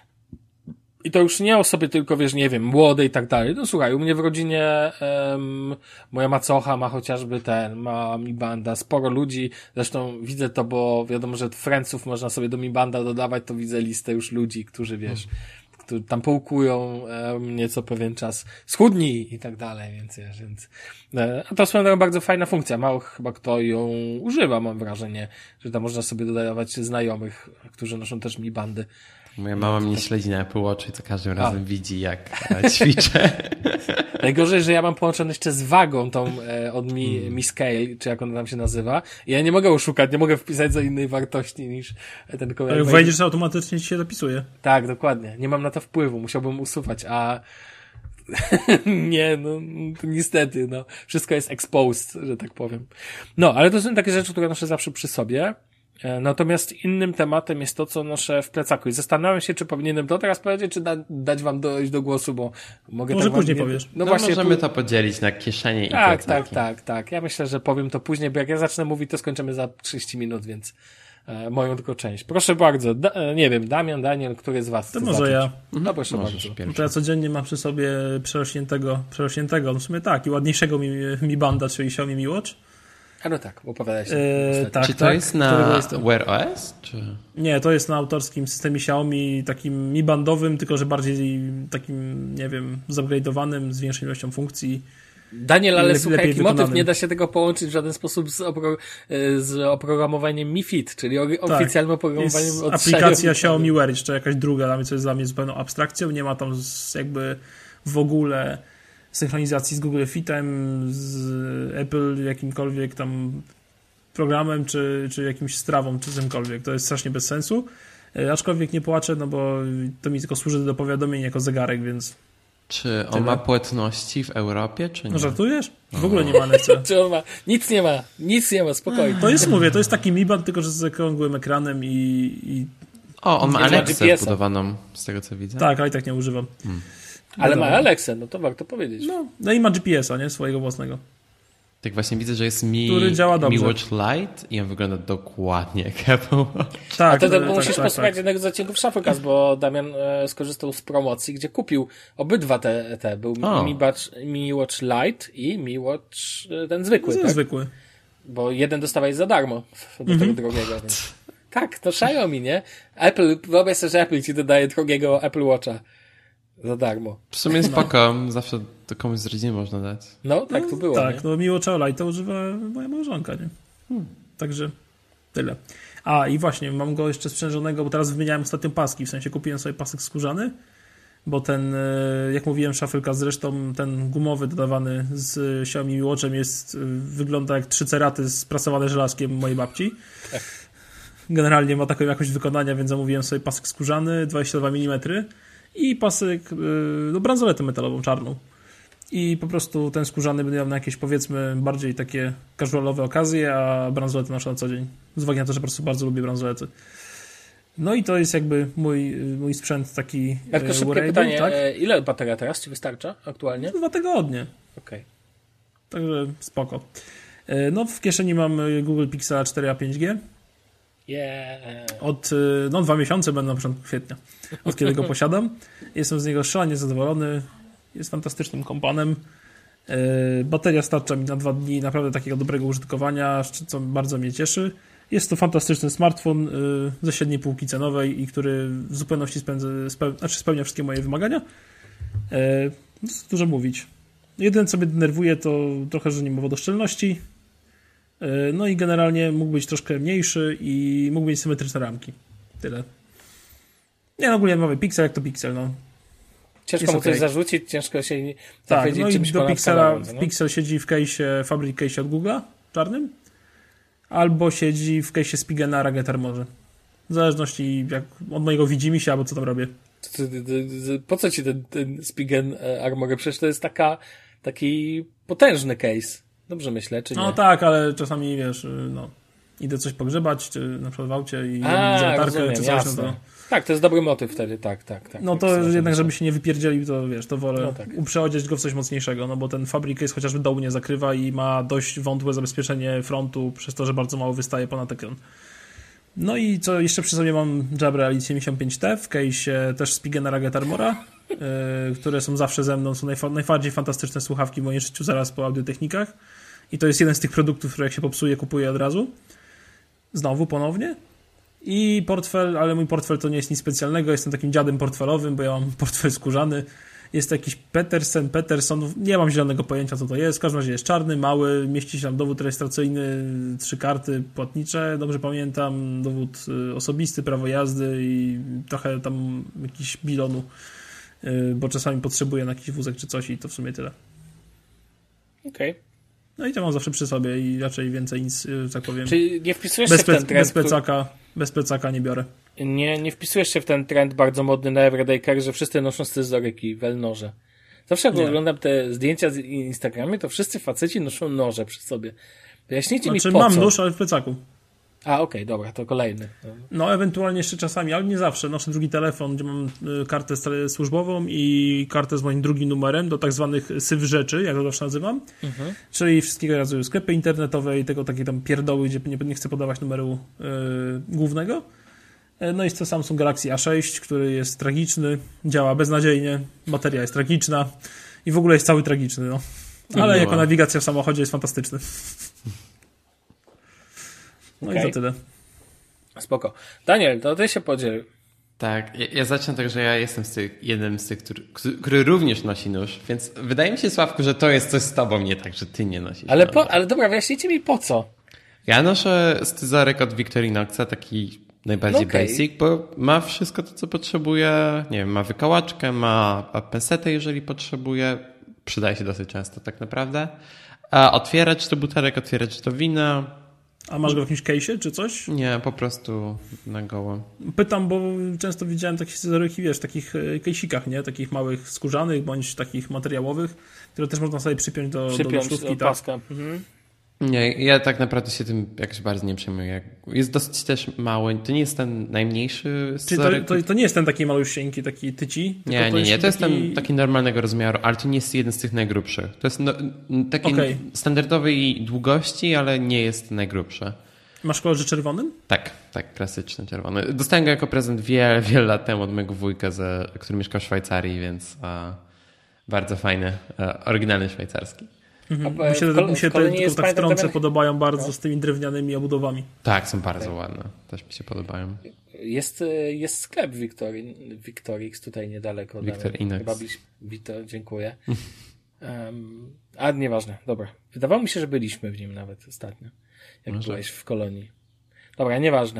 i to już nie osoby tylko, wiesz, nie wiem, młode i tak dalej. No słuchaj, u mnie w rodzinie um, moja macocha ma chociażby ten, ma Mi Banda, sporo ludzi, zresztą widzę to, bo wiadomo, że Friendsów można sobie do Mi Banda dodawać, to widzę listę już ludzi, którzy, wiesz, hmm. którzy tam połkują um, nieco pewien czas, schudnij i tak dalej, więc wiesz, więc e, a to swoją bardzo fajna funkcja, mało chyba kto ją używa, mam wrażenie, że tam można sobie dodawać znajomych, którzy noszą też Mi Bandy. Moja mama mnie śledzi na Apple Watch i co każdym razem A. widzi, jak ćwiczę. Najgorzej, że ja mam połączone jeszcze z wagą tą e, od Mi, hmm. Mi Scale, czy jak ona tam się nazywa. I ja nie mogę oszukać, nie mogę wpisać za innej wartości niż ten komentarz. Jak wejdziesz, automatycznie ci się zapisuje. Tak, dokładnie. Nie mam na to wpływu, musiałbym usuwać, a nie, no niestety, no. Wszystko jest exposed, że tak powiem. No, ale to są takie rzeczy, które noszę zawsze przy sobie. Natomiast innym tematem jest to, co noszę w plecaku. I zastanawiam się, czy powinienem to teraz powiedzieć, czy da, dać wam dojść do głosu, bo mogę Może tak później nie... powiesz. No, no właśnie możemy tu... to podzielić na kieszenie i tak, plecaki. Tak, tak, tak. Ja myślę, że powiem to później, bo jak ja zacznę mówić, to skończymy za trzydzieści minut, więc e, moją tylko część. Proszę bardzo, da, e, nie wiem, Damian, Daniel, który z was to chce może zacząć? ja. No proszę Możesz bardzo. To ja codziennie mam przy sobie przerośniętego, przerośniętego, no w sumie tak, i ładniejszego Mi, Mi Banda, czyli Xiaomi Mi Watch. A no tak, opowiadaj się. Eee, tak, czy to tak, jest na jest to? Wear O S? Czy... Nie, to jest na autorskim systemie Xiaomi, takim Mi Bandowym, tylko że bardziej takim, nie wiem, zupgrade'owanym, z większą ilością funkcji. Daniel, ale le- słuchaj, lepiej jaki motyw, wykonanym. nie da się tego połączyć w żaden sposób z, opro, z oprogramowaniem Mi Fit, czyli o, oficjalnym oprogramowaniem Jest od aplikacja Xiaomi. Xiaomi Wear, jeszcze jakaś druga, dla mnie, co jest dla mnie zupełną abstrakcją. Nie ma tam z, jakby w ogóle synchronizacji z Google Fitem, z Apple jakimkolwiek tam programem, czy, czy jakimś strawą, czy czymkolwiek. To jest strasznie bez sensu. E, aczkolwiek nie płaczę, no bo to mi tylko służy do powiadomień jako zegarek, więc... Czy on Tyle. ma płatności w Europie, czy nie? No żartujesz? W ogóle nie ma N F C. Czy on ma? Nic nie ma, nic nie ma, spokojnie. To jest, mówię, to jest taki Mi Band, tylko że z okrągłym ekranem i... i O, on ma Nie ma Alexę G P S-a. wbudowaną, z tego co widzę. tak, ale i tak nie używam. Ale ma Wiadomo. Alexę, no to warto powiedzieć. No, no i ma G P S-a, nie? Swojego własnego. Tak właśnie widzę, że jest Mi, Który działa dobrze. Mi Watch Lite i on wygląda dokładnie jak Apple Watch. Tak, A to, to tak, musisz tak, posłuchać tak. jednego z odcinków Shufflecast, bo Damian e, skorzystał z promocji, gdzie kupił obydwa te, te był O. Mi, Watch, Mi Watch Lite i Mi Watch e, ten zwykły, To tak? jest zwykły. Bo jeden dostawałeś za darmo do Mhm. tego drugiego. Więc. Tak, to Xiaomi, nie? Apple, wyobraź sobie, że Apple ci dodaje drugiego Apple Watcha za darmo. W sumie spoko, zawsze to komuś z rodziny można dać. No, tak to było, Tak, nie? no Mi Watch Lite to używa moja małżonka, nie? Hmm. Także tyle. A i właśnie, mam go jeszcze sprzężonego, bo teraz wymieniałem ostatnio paski, w sensie kupiłem sobie pasek skórzany, bo ten, e, jak mówiłem, szafelka zresztą, ten gumowy dodawany z Xiaomi Mi Watchem jest, e, wygląda jak trzy ceraty sprasowane żelazkiem mojej babci. Generalnie ma taką jakość wykonania, więc zamówiłem sobie pasek skórzany, dwadzieścia dwa milimetry i pasek, e, no bransoletę metalową, czarną. I po prostu ten skórzany będę miał na jakieś, powiedzmy, bardziej takie casualowe okazje, a bransolety noszę na co dzień. Z uwagi na to, że po prostu bardzo lubię bransolety. No i to jest jakby mój, mój sprzęt taki Tylko e, szybkie wearable, pytanie, tak? e, ile bateria teraz ci wystarcza aktualnie? Dwa tygodnie. Okej. Także spoko. E, No w kieszeni mam e, Google Pixela cztery a pięć G. Yeah. Od, e, no dwa miesiące będę na początku kwietnia, od kiedy go posiadam. Jestem z niego szalenie zadowolony. Jest fantastycznym kompanem. Yy, bateria starcza mi na dwa dni naprawdę takiego dobrego użytkowania, co bardzo mnie cieszy. Jest to fantastyczny smartfon yy, ze średniej półki cenowej i który w zupełności spędza, speł, znaczy spełnia wszystkie moje wymagania. Yy, no co dużo mówić. Jedyne, co mnie denerwuje, to trochę, że nie ma wodoszczelności. Yy, no i generalnie mógł być troszkę mniejszy i mógł mieć symetryczne ramki. Tyle. Nie, no ogólnie mamy Pixel jak to Pixel, no. Ciężko Jest mu okej. coś zarzucić, ciężko się Tak, zapowiedzieć no i czymś do ponad Pixela, kamerą, no? Pixel siedzi w case'ie, fabric case'ie od Google'a, czarnym, albo siedzi w case'ie Spigena Rugged Armorze. W zależności jak od mojego widzimisię, albo co tam robię. To- to- to- to- Po co ci ten, ten Spigen e, Armor? Przecież to jest taka, taki potężny case. Dobrze myślę, czy nie? No tak, ale czasami, wiesz, no, idę coś pogrzebać, czy na przykład w aucie i A, widzę latarkę, rozumiem, czy coś, jasne. no to... Tak, to jest dobry motyw wtedy, tak, tak. tak No tak, to zgadzam jednak, się. żeby się nie wypierdzielił, to wiesz, to wolę No tak. uprzeodzieć go w coś mocniejszego, no bo ten fabric case chociażby dołu nie zakrywa i ma dość wątłe zabezpieczenie frontu, przez to, że bardzo mało wystaje ponad ekran. No i co, jeszcze przy sobie mam Jabra Elite siedemdziesiąt pięć T w case'ie też Spigena Rugged Armora, yy, które są zawsze ze mną, są najfa- najbardziej fantastyczne słuchawki w moim życiu zaraz po audiotechnikach i to jest jeden z tych produktów, które jak się popsuje, kupuję od razu. Znowu, ponownie. I portfel, ale mój portfel to nie jest nic specjalnego, jestem takim dziadem portfelowym, bo ja mam portfel skórzany. Jest to jakiś Petersen, Peterson, nie mam zielonego pojęcia, co to jest. W każdym razie jest czarny, mały, mieści się tam dowód rejestracyjny, trzy karty płatnicze, dobrze pamiętam, dowód y, osobisty, prawo jazdy i trochę tam jakiś bilonu, y, bo czasami potrzebuję na jakiś wózek czy coś i to w sumie tyle. Okej. No i to mam zawsze przy sobie i raczej więcej nic, y, tak powiem. Czyli nie wpisujesz Bez, się w ten ple- trend, bez plecaka, bez plecaka nie biorę. który- nie, nie wpisujesz się w ten trend bardzo modny na Everyday Care, że wszyscy noszą scyzoryki, welnoże. Zawsze jak Nie. oglądam te zdjęcia z Instagramie, to wszyscy faceci noszą noże przy sobie. Wyjaśnijcie Znaczy mi po mam co. nóż, ale w plecaku. A, okej, dobra, to kolejny. No, ewentualnie jeszcze czasami, ale nie zawsze. Noszę drugi telefon, gdzie mam y, kartę sta- służbową i kartę z moim drugim numerem do tak zwanych syf rzeczy, jak to zawsze nazywam. Mhm. Czyli wszystkiego rodzaju sklepy internetowe i tego takie tam pierdoły, gdzie nie, nie chcę podawać numeru y, głównego. Y, No jest to Samsung Galaxy A sześć, który jest tragiczny, działa beznadziejnie, bateria jest tragiczna i w ogóle jest cały tragiczny, no. Ale Miła. jako nawigacja w samochodzie jest fantastyczny. No Okej. i to tyle. Spoko. Daniel, to ty się podziel. Tak, ja, ja zacznę tak, że ja jestem z tych, jednym z tych, który, który również nosi nóż, więc wydaje mi się, Sławku, że to jest coś z tobą nie tak, że ty nie nosisz Ale, nóża. po, ale dobra, wyjaśnijcie mi po co? Ja noszę scyzoryk od Victorinoxa, taki najbardziej No okej. basic, bo ma wszystko to, co potrzebuje. Nie wiem, ma wykałaczkę, ma pensetę, jeżeli potrzebuje. Przydaje się dosyć często tak naprawdę. A otwieracz do butelek, otwieracz do wina. A masz go w jakimś case'ie czy coś? Nie, po prostu na goło. Pytam, bo często widziałem takie scyzoryki, wiesz, w takich e, case'ikach, nie? Takich małych skórzanych, bądź takich materiałowych, które też można sobie przypiąć do, do, do Przypiąć szlufki, do tak? paska. Mhm. Nie, ja tak naprawdę się tym jakoś bardzo nie przejmuję. Jest dosyć też mały. To nie jest ten najmniejszy Czyli scyzoryk. to, to, to nie jest ten taki malusieńki, taki tyci? Nie, tylko nie, nie. To jest taki... ten taki normalnego rozmiaru, ale to nie jest jeden z tych najgrubszych. To jest no, taki Okej. standardowej długości, ale nie jest najgrubszy. Masz w kolorze czerwonym? Tak, tak, klasyczny czerwony. Dostałem go jako prezent wiele, wiele lat temu od mojego wujka, ze, który mieszkał w Szwajcarii, więc a, bardzo fajny, a, oryginalny szwajcarski. Mhm. A, Mi się, w kol- mi się w te, Kolonii tylko jest, tak pamiętam, wtrącę, Damian- podobają bardzo No. z tymi drewnianymi obudowami. Tak, są bardzo ładne. Też mi się podobają. Jest, y, jest sklep Victory, Victorix tutaj niedaleko. Victorinox. Chyba byliśmy. Victor, dziękuję. Um, a nieważne, dobra. Wydawało mi się, że byliśmy w nim nawet ostatnio, jak Może. byłeś w kolonii. Dobra, nieważne.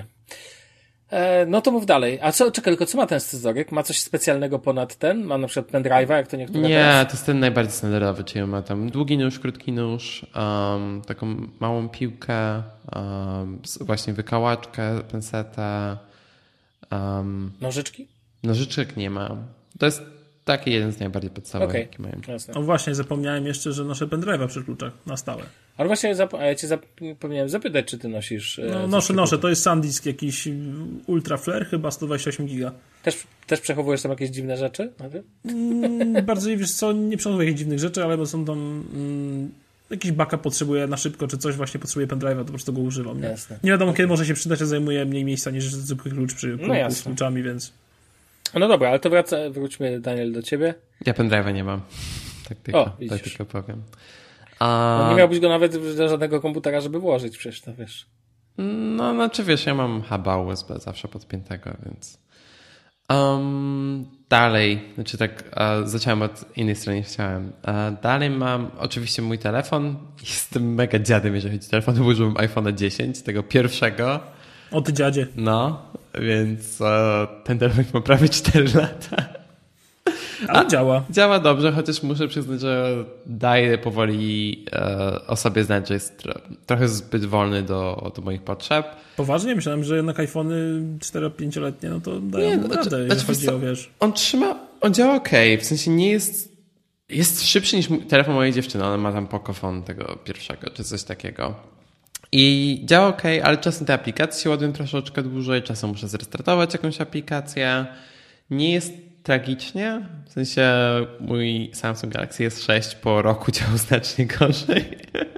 E, no to mów dalej. A co, czekaj, tylko co ma ten scyzoryk? Ma coś specjalnego ponad ten? Ma na przykład pendrive'a, jak to niektóre Nie, teraz? to jest ten najbardziej standardowy, czyli ma tam długi nóż, krótki nóż, um, taką małą piłkę, um, z- właśnie wykałaczkę, pensetę. Um, Nożyczki? nożyczek nie ma. To jest taki jeden z najbardziej podstawowych, Okej. jakie mają. Jasne. O właśnie, zapomniałem jeszcze, że noszę pendrive'a przy kluczach na stałe. Ale właśnie zap- a ja cię zap- powinienem zapytać, czy ty nosisz... e, No, coś noszę, takiego. noszę. To jest SanDisk jakiś Ultra Flare, chyba sto dwadzieścia osiem giga. Też, też przechowujesz tam jakieś dziwne rzeczy? na tym? Mm, bardzo, wiesz co, nie przechowuję jakichś dziwnych rzeczy, ale bo są tam mm, jakiś backup potrzebuję na szybko, czy coś właśnie potrzebuje pendrive'a, to po prostu go używam. Nie, Jasne. nie wiadomo, kiedy może się przydać, a zajmuje mniej miejsca niż zwykły klucz przy No kluczu jasne. z kluczami, więc... No dobra, ale to wraca, wróćmy, Daniel, do ciebie. Ja pendrive'a nie mam. Tak tylko, O, tak widzisz. tylko powiem. A, No nie miałbyś go nawet do żadnego komputera, żeby włożyć, przecież to wiesz. No, znaczy wiesz, ja mam huba U S B zawsze podpiętego, więc... Um, dalej, znaczy tak, e, zacząłem od innej strony niż chciałem. E, dalej mam oczywiście mój telefon. Jestem mega dziadem, jeżeli chodzi o telefon. Użyłem iPhone'a dziesięć, tego pierwszego. O ty dziadzie. No, więc e, ten telefon ma prawie cztery lata. Ale działa. Działa dobrze, chociaż muszę przyznać, że daje powoli e, o sobie znać, że jest tro, trochę zbyt wolny do, do moich potrzeb. Poważnie? Myślałem, że jednak iPhony cztero-pięcioletnie, no to dają Nie, nie, znaczy- radę, znaczy, jeśli chodzi wiesz co, o, wiesz... On trzyma, on działa okej, w sensie nie jest, jest szybszy niż mój, telefon mojej dziewczyny, ona ma tam Pocophone tego pierwszego, czy coś takiego. I działa okej, ale czasem te aplikacje się ładują troszeczkę dłużej, czasem muszę zrestartować jakąś aplikację. Nie jest tragicznie, w sensie mój Samsung Galaxy S sześć po roku działał znacznie gorzej.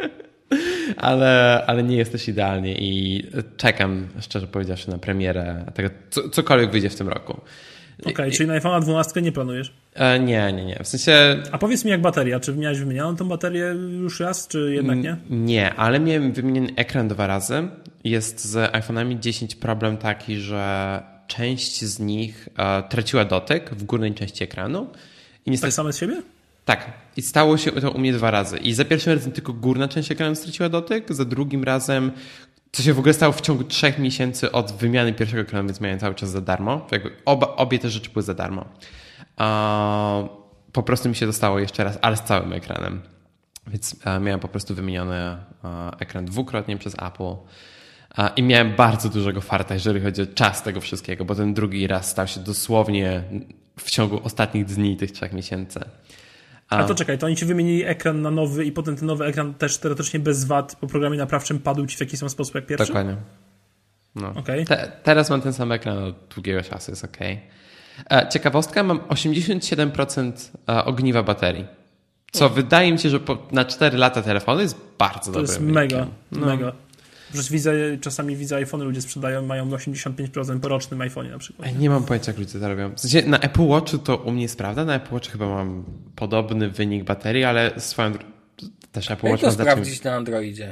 Ale, ale nie jest też idealnie i czekam, szczerze powiedziawszy, na premierę tego, co, cokolwiek wyjdzie w tym roku. Okej, okay, czyli na iPhone'a dwanaście nie planujesz? E, nie, nie, nie. W sensie... A powiedz mi jak bateria, czy miałeś wymienioną tą baterię już raz, czy jednak nie? Nie, ale miałem wymieniony ekran dwa razy. Jest z iPhone'ami dziesięć problem taki, że część z nich e, traciła dotyk w górnej części ekranu. I niestety... Tak same z siebie? Tak. I stało się to u mnie dwa razy. I za pierwszym razem tylko górna część ekranu straciła dotyk, za drugim razem, co się w ogóle stało w ciągu trzech miesięcy od wymiany pierwszego ekranu, więc miałem cały czas za darmo. Jakby oba, obie te rzeczy były za darmo. Uh, po prostu mi się dostało jeszcze raz, ale z całym ekranem. Więc uh, miałem po prostu wymieniony uh, ekran dwukrotnie przez Apple. Uh, I miałem bardzo dużego farta, jeżeli chodzi o czas tego wszystkiego, bo ten drugi raz stał się dosłownie w ciągu ostatnich dni tych trzech miesięcy. A to czekaj, to oni ci wymienili ekran na nowy i potem ten nowy ekran też teoretycznie bez wad po programie naprawczym padł ci w jakiś sam sposób jak pierwszy? Dokładnie. No. Okay. Te, teraz mam ten sam ekran od długiego czasu, jest ok. Ciekawostka, mam osiemdziesiąt siedem procent ogniwa baterii. Co o. wydaje mi się, że po, na cztery lata telefonu jest bardzo dobre. To jest mega, no. mega. Przecież widzę, czasami widzę iPhony ludzie sprzedają, mają osiemdziesiąt pięć procent po rocznym iPhone'ie na przykład. Nie mam pojęcia, jak ludzie to robią. W sensie na Apple Watchu to u mnie jest prawda, na Apple Watchu chyba mam podobny wynik baterii, ale swoją też Apple Watch ma to sprawdzić na Androidzie?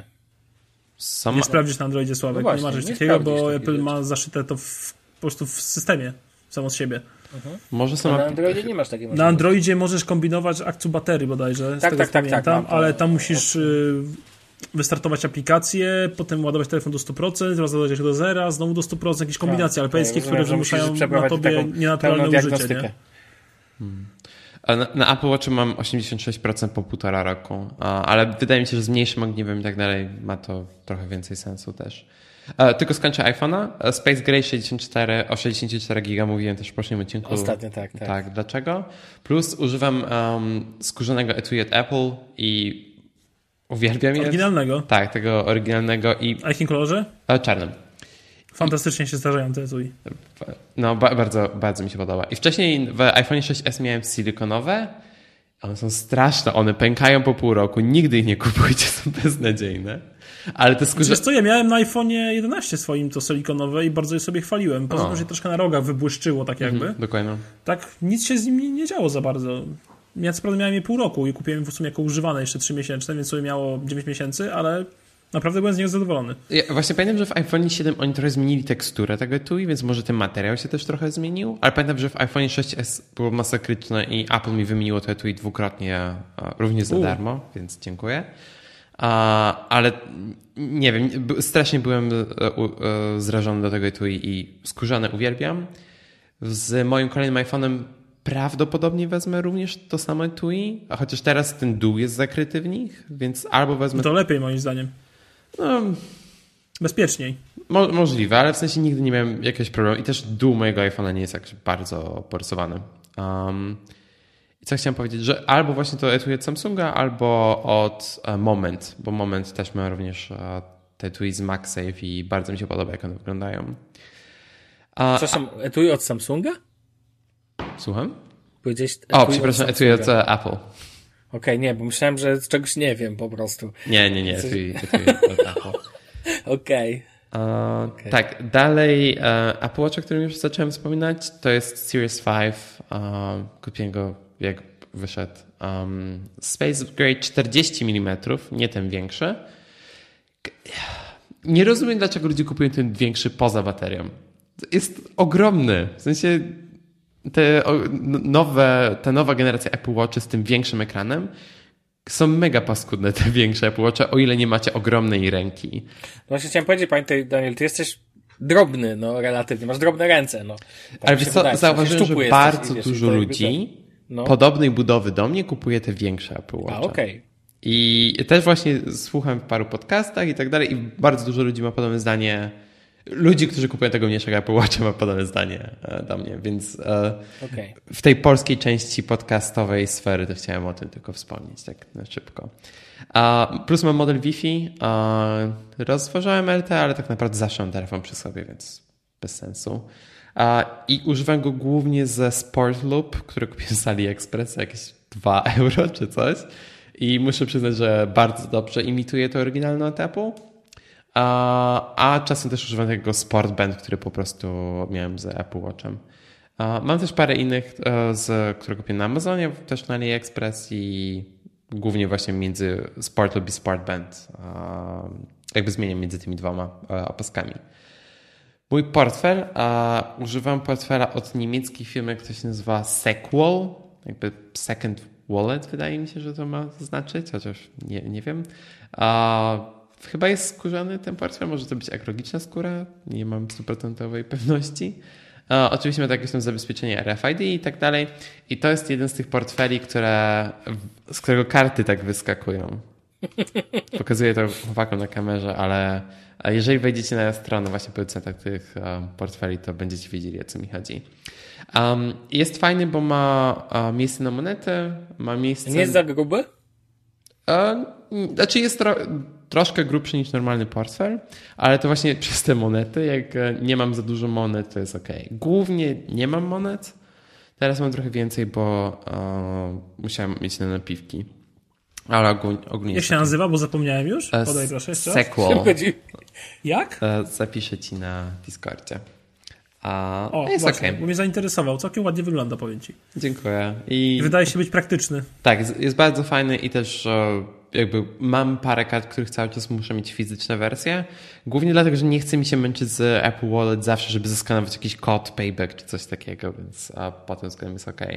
Sam... Nie sprawdzisz na Androidzie, Sławek, no właśnie, nie ma czegoś takiego, bo Apple ma zaszyte to w, po prostu w systemie. sam od siebie. Mhm. Może są A na apl- Androidzie nie masz takiej możliwości. Na Androidzie możesz kombinować akcją baterii bodajże, z Tak, tego tak, co tak, pamiętam, tak, mam to. ale tam musisz y, wystartować aplikację, potem ładować telefon do sto procent, ładować do zera, znowu do sto procent, jakieś kombinacje Tak, alpejskie, tak, które rozumiem, że wymuszają musisz na przeprowadzić tobie taką nienaturalne pełną użycie. diagnostykę. Nie? A Na, na Apple Watchu mam osiemdziesiąt sześć procent po półtora roku, a, ale wydaje mi się, że z mniejszym ogniwem i tak dalej ma to trochę więcej sensu też. E, tylko skończę iPhone'a. E, Space Gray sześćdziesiąt cztery, o sześćdziesiąt cztery giga mówiłem też w poprzednim odcinku. Ostatnio, tak, tak. Tak, dlaczego? Plus używam um, skórzanego etui od Apple i uwielbiam je. Oryginalnego? Tak, tego oryginalnego i A jakim kolorze? e, czarnym. Fantastycznie się zdarzają te etui. No, ba- bardzo, bardzo mi się podoba. I wcześniej w iPhone sześć es miałem silikonowe. One są straszne, one pękają po pół roku. Nigdy ich nie kupujcie, są beznadziejne. Ale te skórze... Wiesz co, ja miałem na iPhone'ie jedenaście swoim to silikonowe i bardzo je sobie chwaliłem. Poza O. tym, że troszkę na rogach wybłyszczyło tak jakby. Mhm, dokładnie. Tak, nic się z nimi nie działo za bardzo. Ja co prawda miałem je pół roku i kupiłem w sumie jako używane jeszcze trzy miesięczne, więc sobie miało dziewięć miesięcy, ale naprawdę byłem z niego zadowolony. Ja właśnie pamiętam, że w iPhone siedem oni trochę zmienili teksturę tego etui, więc może ten materiał się też trochę zmienił. Ale pamiętam, że w iPhone sześć es było masakryczne i Apple mi wymieniło to etui dwukrotnie, a, również za U. darmo, więc dziękuję. A, ale nie wiem, b- strasznie byłem e, u, e, zrażony do tego etui i skórzane uwielbiam. Z moim kolejnym iPhone'em prawdopodobnie wezmę również to samo etui, a chociaż teraz ten dół jest zakryty w nich, więc albo wezmę... To lepiej moim zdaniem. No, Bezpieczniej. Mo- możliwe, ale w sensie nigdy nie miałem jakiegoś problemu. I też dół mojego iPhone'a nie jest jakoś bardzo porysowany. Um, I co chciałem powiedzieć, że albo właśnie to etui od Samsunga, albo od uh, Moment, bo Moment też ma również uh, te etui z MagSafe i bardzo mi się podoba, jak one wyglądają. A, Przepraszam, etui od Samsunga? Słucham? Powiedziałeś O, etui przepraszam, od etui od Samsunga. uh, Apple. Okej, okay, nie, bo myślałem, że z czegoś nie wiem po prostu. Nie, nie, nie, Coś... etui, etui od Apple. Okej. Uh, Okay. Tak, dalej uh, Apple Watch, o którym już zacząłem wspominać, to jest Series pięć. Uh, kupiłem go jak wyszedł. Um, Space Gray czterdzieści milimetrów, nie ten większy. Nie rozumiem, dlaczego ludzie kupują ten większy poza baterią. Jest ogromny. W sensie te o, nowe, ta nowa generacja Apple Watch z tym większym ekranem są mega paskudne, te większe Apple Watche, o ile nie macie ogromnej ręki. No właśnie chciałem powiedzieć, pamiętaj, Daniel, ty jesteś drobny, no relatywnie, masz drobne ręce, no. Tak Ale mi się wiesz co, wydaje, zauważyłem, szczupły że jesteś bardzo i wiesz, dużo i to jakby ludzi ten- no. podobnej budowy do mnie kupuje te większe Apple Watche. A, okej. I też właśnie słucham w paru podcastach i tak dalej i bardzo dużo ludzi ma podobne zdanie. Ludzi, którzy kupują tego mniejszego Apple Watcha, ma podobne zdanie e, do mnie, więc e, Okej. w tej polskiej części podcastowej sfery to chciałem o tym tylko wspomnieć tak na szybko. A plus mam model Wi-Fi. A rozważałem L T E, ale tak naprawdę zawsze mam telefon przy sobie, więc bez sensu. A, I używam go głównie ze Sport Loop, który kupiłem z AliExpress za jakieś dwa euro czy coś. I muszę przyznać, że bardzo dobrze imituje to oryginalne od Apple. A, a czasem też używam takiego Sport Band, który po prostu miałem z Apple Watchem. A, mam też parę innych, z, które kupiłem na Amazonie, też na AliExpress i głównie właśnie między Sport Loop i Sport Band. A, jakby zmieniam między tymi dwoma opaskami. Mój portfel, a używam portfela od niemieckiej firmy, która się nazywa Sequel, jakby Second Wallet, wydaje mi się, że to ma znaczyć, chociaż nie, nie wiem. A, chyba jest skórzany ten portfel, może to być ekologiczna skóra, nie mam stuprocentowej pewności. A, oczywiście ma to jakieś tam zabezpieczenie R F I D i tak dalej. I to jest jeden z tych portfeli, które, z którego karty tak wyskakują. Pokazuję to chłopakom na kamerze, ale jeżeli wejdziecie na stronę właśnie producentów tych um, portfeli, to będziecie wiedzieli, o co mi chodzi. Um, jest fajny, bo ma um, miejsce na monety, ma miejsce... Nie jest za gruby? Um, znaczy jest tro, troszkę grubszy niż normalny portfel, ale to właśnie przez te monety, jak nie mam za dużo monet, to jest ok. Głównie nie mam monet, teraz mam trochę więcej, bo um, musiałem mieć na napiwki. Ale ogólnie, ogólnie Jak się nazywa, bo zapomniałem już? E, Podaj proszę jeszcze raz. Sequel. Jak? E, Zapiszę ci na Discordzie. A, O, jest właśnie, okej. bo mnie zainteresował. Całkiem ładnie wygląda, powiem ci. Dziękuję. I I wydaje się być praktyczny. tak, jest- jest bardzo fajny i też e, jakby mam parę kart, których cały czas muszę mieć fizyczne wersje. Głównie dlatego, że nie chce mi się męczyć z Apple Wallet zawsze, żeby zeskanować jakiś kod, payback czy coś takiego, więc a potem względem jest ok.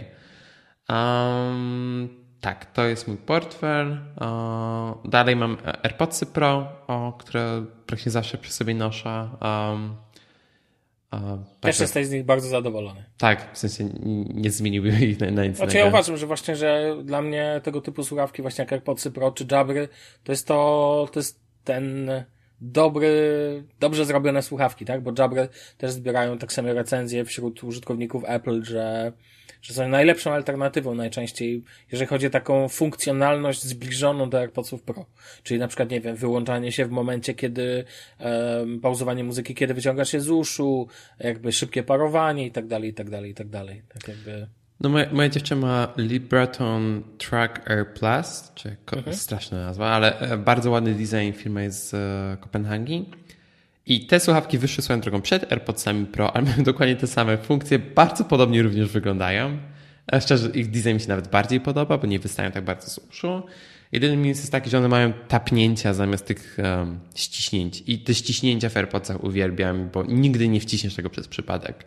Um, tak, to jest mój portfel. O, dalej mam AirPodsy Pro, o, które praktycznie zawsze przy sobie noszę. Um, Uh, Też jesteś z nich bardzo zadowolony. Tak, w sensie nie zmieniłbym ich na, na nic. Znaczy ja uważam, że właśnie, że dla mnie tego typu słuchawki właśnie jak AirPodsy Pro czy Jabry, to jest to, to jest ten dobry, dobrze zrobione słuchawki, tak? Bo Jabry też zbierają tak samo recenzje wśród użytkowników Apple, że że są najlepszą alternatywą najczęściej, jeżeli chodzi o taką funkcjonalność zbliżoną do AirPodsów Pro. Czyli na przykład, nie wiem, wyłączanie się w momencie, kiedy um, pauzowanie muzyki, kiedy wyciągasz się z uszu, jakby szybkie parowanie i tak dalej, i tak dalej, i tak dalej. Tak jakby... No moja, moja dziewczyna ma Libraton Track Air Plus, czy mhm. straszna nazwa, ale bardzo ładny design, firma jest z Kopenhagi. I te słuchawki wyszły swoją drogą przed AirPodsami Pro, ale mają dokładnie te same funkcje, bardzo podobnie również wyglądają. A szczerze, ich design mi się nawet bardziej podoba, bo nie wystają tak bardzo z uszu. Jedyny minus jest taki, że one mają tapnięcia zamiast tych um, ściśnięć. I te ściśnięcia w AirPodsach uwielbiam, bo nigdy nie wciśniesz tego przez przypadek.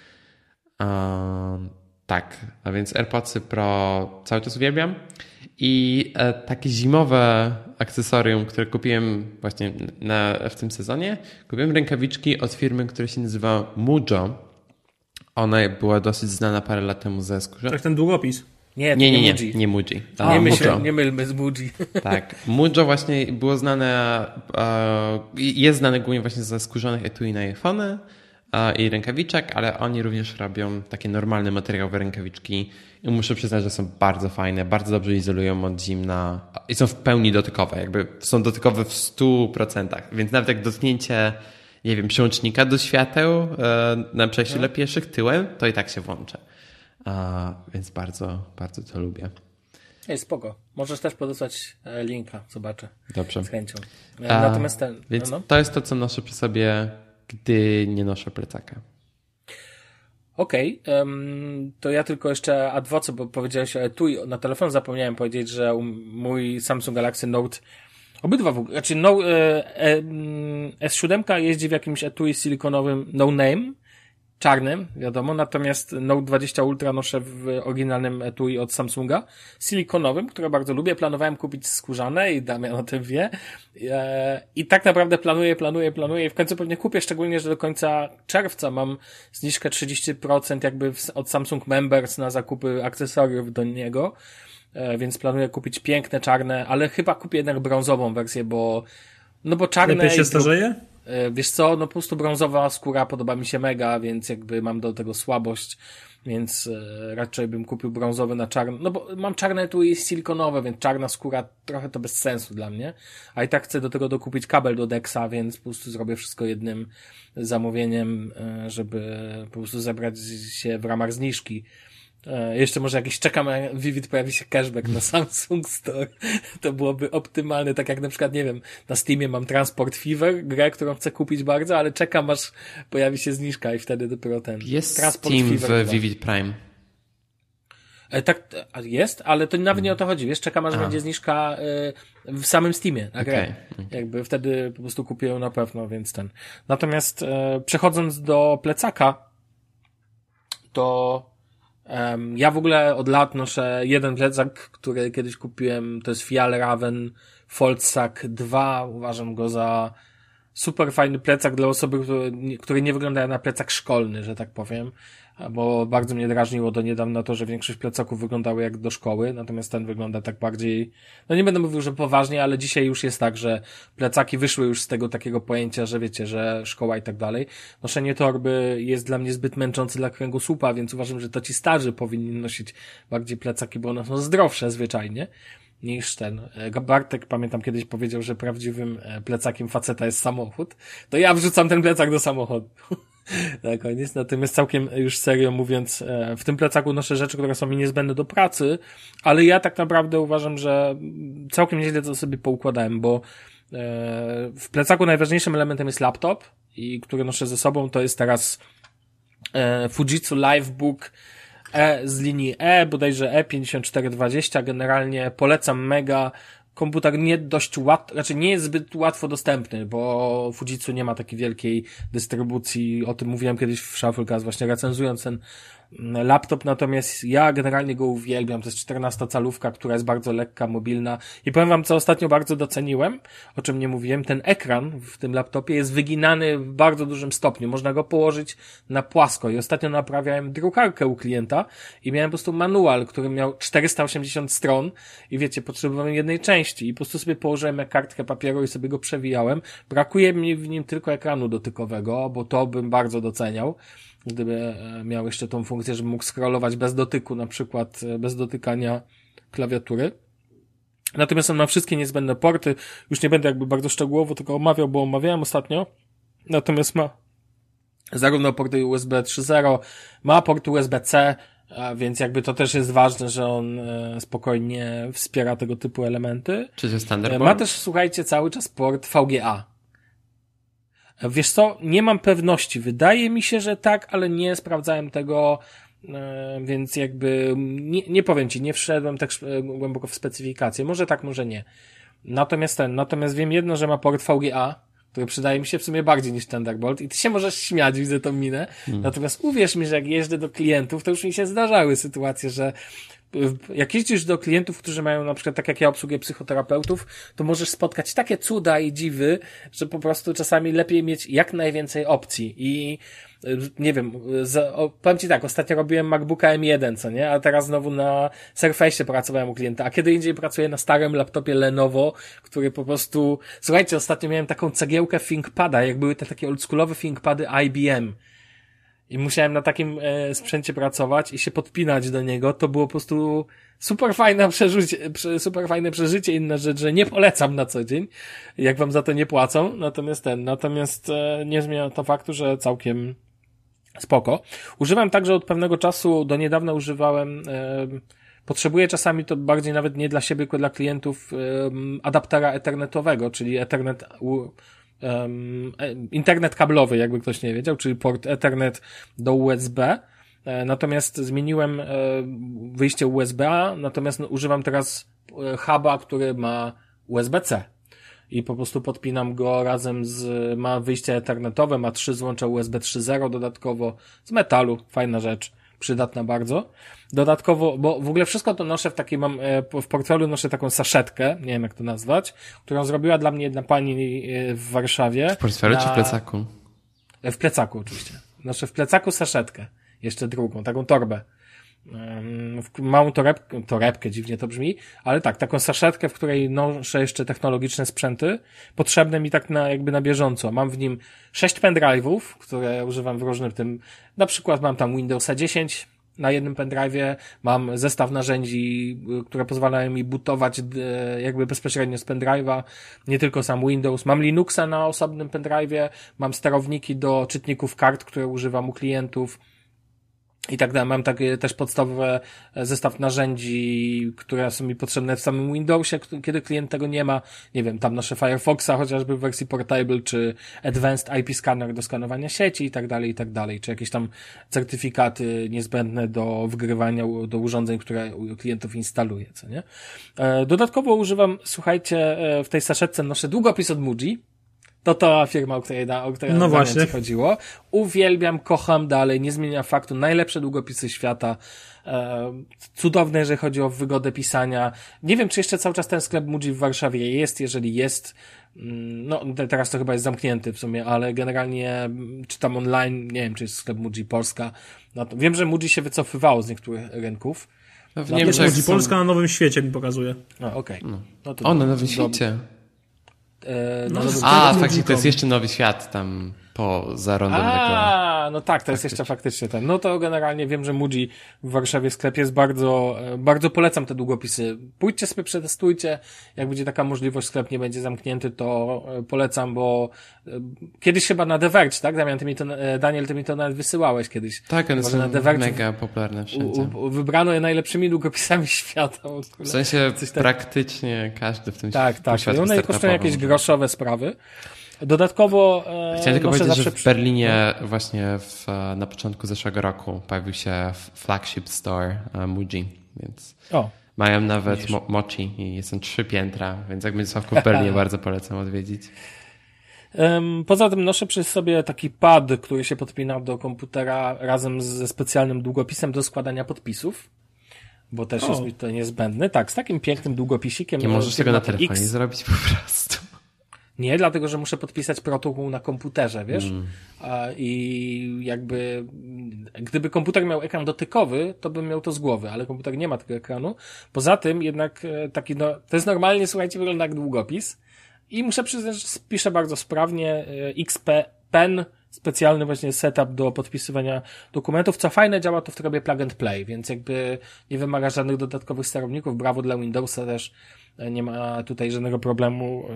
Um, tak, a więc AirPodsy Pro cały czas uwielbiam. I e, takie zimowe akcesorium, które kupiłem właśnie na, w tym sezonie, kupiłem rękawiczki od firmy, która się nazywa Mujo. Ona była dosyć znana parę lat temu ze skórze. Tak, ten długopis. Nie, nie, nie, nie, nie, nie Muji. A, nie, myśl, nie mylmy z Muji. Tak, Mujo właśnie było znane, e, jest znane głównie właśnie ze skórzonych etui na iPhony i rękawiczek, ale oni również robią takie normalne materiałowe rękawiczki i muszę przyznać, że są bardzo fajne, bardzo dobrze izolują od zimna i są w pełni dotykowe, jakby są dotykowe w stu procentach, więc nawet jak dotknięcie, nie wiem, przełącznika do świateł na przejściu dla pieszych tyłem, to i tak się włączy. Więc bardzo, bardzo to lubię. Ej, spoko. Możesz też podesłać linka, zobaczę. Dobrze. Z chęcią. Natomiast ten... Więc no, no. to jest to, co noszę przy sobie, gdy nie noszę plecaka. Okej, okay, um, to ja tylko jeszcze adwoce, bo powiedziałeś o etui, na telefon zapomniałem powiedzieć, że mój Samsung Galaxy Note, obydwa w ogóle, znaczy no, e, e, S siedem jeździ w jakimś etui silikonowym no name, czarnym, wiadomo, natomiast Note dwadzieścia Ultra noszę w oryginalnym etui od Samsunga, silikonowym, które bardzo lubię. Planowałem kupić skórzane i Damian o tym wie. I tak naprawdę planuję, planuję, planuję i w końcu pewnie kupię, szczególnie, że do końca czerwca mam zniżkę trzydzieści procent jakby od Samsung Members na zakupy akcesoriów do niego, więc planuję kupić piękne, czarne, ale chyba kupię jednak brązową wersję, bo no bo czarne... Lepiej się starzeje? Wiesz co, no po prostu brązowa skóra podoba mi się mega, więc jakby mam do tego słabość, więc e, raczej bym kupił brązowy na czarno, no bo mam czarne tu i silikonowe, więc czarna skóra trochę to bez sensu dla mnie, a i tak chcę do tego dokupić kabel do Dexa, więc po prostu zrobię wszystko jednym zamówieniem, e, żeby po prostu zebrać się w ramach zniżki. E, jeszcze może jakiś, czekam, Vivid pojawi się cashback na Samsung Store. To byłoby optymalne, tak jak na przykład, nie wiem, na Steamie mam Transport Fever, grę, którą chcę kupić bardzo, ale czekam, aż pojawi się zniżka i wtedy dopiero ten jest Transport Steam Fever w Vivid Prime. E, tak, jest, ale to nawet nie o to chodzi, wiesz, czekam, aż A. będzie zniżka e, w samym Steamie na grę. Okay. Jakby wtedy po prostu kupię ją na pewno, więc ten. Natomiast e, przechodząc do plecaka, to Um, ja w ogóle od lat noszę jeden plecak, który kiedyś kupiłem, to jest Fjallraven Foldsack dwa, uważam go za super fajny plecak dla osoby, który, który nie wygląda na plecak szkolny, że tak powiem, bo bardzo mnie drażniło do niedawna to, że większość plecaków wyglądały jak do szkoły, natomiast ten wygląda tak bardziej, no nie będę mówił, że poważnie, ale dzisiaj już jest tak, że plecaki wyszły już z tego takiego pojęcia, że wiecie, że szkoła i tak dalej. Noszenie torby jest dla mnie zbyt męczące dla kręgosłupa, więc uważam, że to ci starzy powinni nosić bardziej plecaki, bo one są zdrowsze zwyczajnie niż ten. Bartek, pamiętam, kiedyś powiedział, że prawdziwym plecakiem faceta jest samochód. To ja wrzucam ten plecak do samochodu. Na koniec. Natomiast całkiem już serio mówiąc, w tym plecaku noszę rzeczy, które są mi niezbędne do pracy, ale ja tak naprawdę uważam, że całkiem nieźle to sobie poukładałem, bo w plecaku najważniejszym elementem jest laptop, i który noszę ze sobą, to jest teraz Fujitsu Livebook E z linii E, bodajże E pięćdziesiąt cztery dwadzieścia. Generalnie polecam mega, komputer nie dość łatwo, znaczy nie jest zbyt łatwo dostępny, bo Fujitsu nie ma takiej wielkiej dystrybucji, o tym mówiłem kiedyś w Shufflecast, właśnie recenzując ten laptop, natomiast ja generalnie go uwielbiam, to jest czternastocalówka, która jest bardzo lekka, mobilna i powiem wam, co ostatnio bardzo doceniłem, o czym nie mówiłem, ten ekran w tym laptopie jest wyginany w bardzo dużym stopniu, można go położyć na płasko i ostatnio naprawiałem drukarkę u klienta i miałem po prostu manual, który miał czterysta osiemdziesiąt stron i wiecie, potrzebowałem jednej części i po prostu sobie położyłem jak kartkę papieru i sobie go przewijałem, brakuje mi w nim tylko ekranu dotykowego, bo to bym bardzo doceniał, gdyby miał jeszcze tą funkcję, żeby mógł scrollować bez dotyku, na przykład bez dotykania klawiatury. Natomiast on ma wszystkie niezbędne porty, już nie będę jakby bardzo szczegółowo tego omawiał, bo omawiałem ostatnio, natomiast ma zarówno porty U S B trzy zero, ma port U S B C, a więc jakby to też jest ważne, że on spokojnie wspiera tego typu elementy. Czy to jest Thunderbolt? Ma też, słuchajcie, cały czas port V G A. Wiesz co, nie mam pewności. Wydaje mi się, że tak, ale nie sprawdzałem tego, więc jakby nie, nie powiem ci, nie wszedłem tak głęboko w specyfikację. Może tak, może nie. Natomiast ten, natomiast wiem jedno, że ma port V G A, który przydaje mi się w sumie bardziej niż Thunderbolt i ty się możesz śmiać, widzę tą minę. Hmm. Natomiast uwierz mi, że jak jeżdżę do klientów, to już mi się zdarzały sytuacje, że jak jeździsz do klientów, którzy mają na przykład, tak jak ja obsługuję psychoterapeutów, to możesz spotkać takie cuda i dziwy, że po prostu czasami lepiej mieć jak najwięcej opcji i nie wiem, z, o, powiem ci tak, ostatnio robiłem MacBooka M jeden, co nie, a teraz znowu na Surface'ie pracowałem u klienta, a kiedy indziej pracuję na starym laptopie Lenovo, który po prostu, słuchajcie, ostatnio miałem taką cegiełkę ThinkPada, jak były te takie oldschoolowe ThinkPady I B M. I musiałem na takim e, sprzęcie pracować i się podpinać do niego. To było po prostu super fajne przeżycie, super fajne przeżycie. Inna rzecz, że nie polecam na co dzień, jak wam za to nie płacą. Natomiast ten, natomiast e, nie zmienia to faktu, że całkiem spoko. Używam także od pewnego czasu, do niedawna używałem, e, potrzebuję czasami to bardziej nawet nie dla siebie, tylko dla klientów, e, adaptera ethernetowego, czyli Ethernet u, Um, internet kablowy, jakby ktoś nie wiedział, czyli port Ethernet do U S B. E, natomiast zmieniłem e, wyjście U S B A, natomiast no, używam teraz e, huba, który ma U S B C. I po prostu podpinam go razem z, ma wyjście ethernetowe, ma trzy złącza U S B trzy zero dodatkowo, z metalu, fajna rzecz, przydatna bardzo. Dodatkowo, bo w ogóle wszystko to noszę w takiej, mam, w portfelu noszę taką saszetkę, nie wiem jak to nazwać, którą zrobiła dla mnie jedna pani w Warszawie. W portfelu na... czy w plecaku? W plecaku oczywiście. Noszę w plecaku saszetkę. Jeszcze drugą, taką torbę. Małą torebkę, torebkę, dziwnie to brzmi, ale tak, taką saszetkę, w której noszę jeszcze technologiczne sprzęty, potrzebne mi tak na, jakby na bieżąco. Mam w nim sześć pendrive'ów, które używam w różnym tym, na przykład mam tam Windowsa dziesięć na jednym pendrive'ie, mam zestaw narzędzi, które pozwalają mi bootować jakby bezpośrednio z pendrive'a, nie tylko sam Windows, mam Linuxa na osobnym pendrive'ie, mam sterowniki do czytników kart, które używam u klientów, i tak dalej. Mam takie też podstawowe zestaw narzędzi, które są mi potrzebne w samym Windowsie, kiedy klient tego nie ma. Nie wiem, tam noszę Firefoxa chociażby w wersji portable, czy Advanced I P Scanner do skanowania sieci i tak dalej, i tak dalej. Czy jakieś tam certyfikaty niezbędne do wgrywania do urządzeń, które u klientów instaluje, co nie? Dodatkowo używam, słuchajcie, w tej saszetce noszę długopis od Muji. To ta firma, o której, o której no właśnie chodziło. Uwielbiam, kocham dalej, nie zmienia faktu. Najlepsze długopisy świata. E, cudowne, jeżeli chodzi o wygodę pisania. Nie wiem, czy jeszcze cały czas ten sklep Muji w Warszawie jest. Jeżeli jest, no teraz to chyba jest zamknięty w sumie, ale generalnie czytam online, nie wiem, czy jest sklep Muji Polska. No to wiem, że Muji się wycofywało z niektórych rynków. No, w Niemczech jest Muji są... Polska na Nowym Świecie mi pokazuje. No, okej. Okay. No. No to o, na Nowym Świecie. No, no, a, faktycznie to jest jeszcze Nowy Świat tam poza rondem tego. A, no tak, to jest jeszcze faktycznie ten. No to generalnie wiem, że Muji w Warszawie sklep jest bardzo, bardzo polecam te długopisy. Pójdźcie sobie, przetestujcie. Jak będzie taka możliwość, sklep nie będzie zamknięty, to polecam, bo kiedyś chyba na The Verge, tak? Damian, ty mi to, Daniel, ty mi to nawet wysyłałeś kiedyś. Tak, one są mega popularne wszędzie. U, u, wybrano je najlepszymi długopisami świata. W sensie tak... praktycznie każdy w tym tak, tak. I one kosztują jakieś groszowe sprawy. Dodatkowo e, chciałem tylko powiedzieć, że w Berlinie przy... właśnie w, na początku zeszłego roku pojawił się flagship store uh, Muji, więc o. Mają nawet mo- mochi i są trzy piętra, więc jak będzie Sławku w Berlinie, bardzo polecam odwiedzić. Um, poza tym noszę przy sobie taki pad, który się podpina do komputera razem ze specjalnym długopisem do składania podpisów, bo też o. jest mi to niezbędny. Tak, z takim pięknym długopisikiem. Nie możesz tego na telefonie X. zrobić po prostu. Nie, dlatego, że muszę podpisać protokół na komputerze, wiesz? Mm. A, I jakby, gdyby komputer miał ekran dotykowy, to bym miał to z głowy, ale komputer nie ma tego ekranu. Poza tym jednak taki, no, to jest normalnie, słuchajcie, wygląda jak długopis. I muszę przyznać, że piszę bardzo sprawnie. X P Pen, specjalny właśnie setup do podpisywania dokumentów. Co fajne, działa to w trybie plug and play, więc jakby nie wymaga żadnych dodatkowych sterowników. Brawo dla Windowsa też. Nie ma tutaj żadnego problemu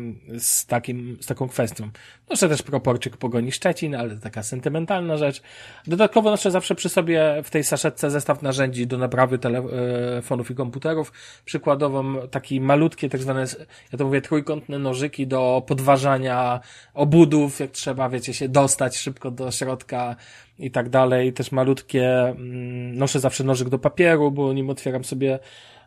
z takim, z taką kwestią. Noszę też proporczyk Pogoni Szczecin, ale to taka sentymentalna rzecz. Dodatkowo noszę zawsze przy sobie w tej saszetce zestaw narzędzi do naprawy telefonów i komputerów. Przykładowo taki malutkie, tak zwane, ja to mówię, trójkątne nożyki do podważania obudów, jak trzeba, wiecie, się dostać szybko do środka i tak dalej. Też malutkie, noszę zawsze nożyk do papieru, bo nim otwieram sobie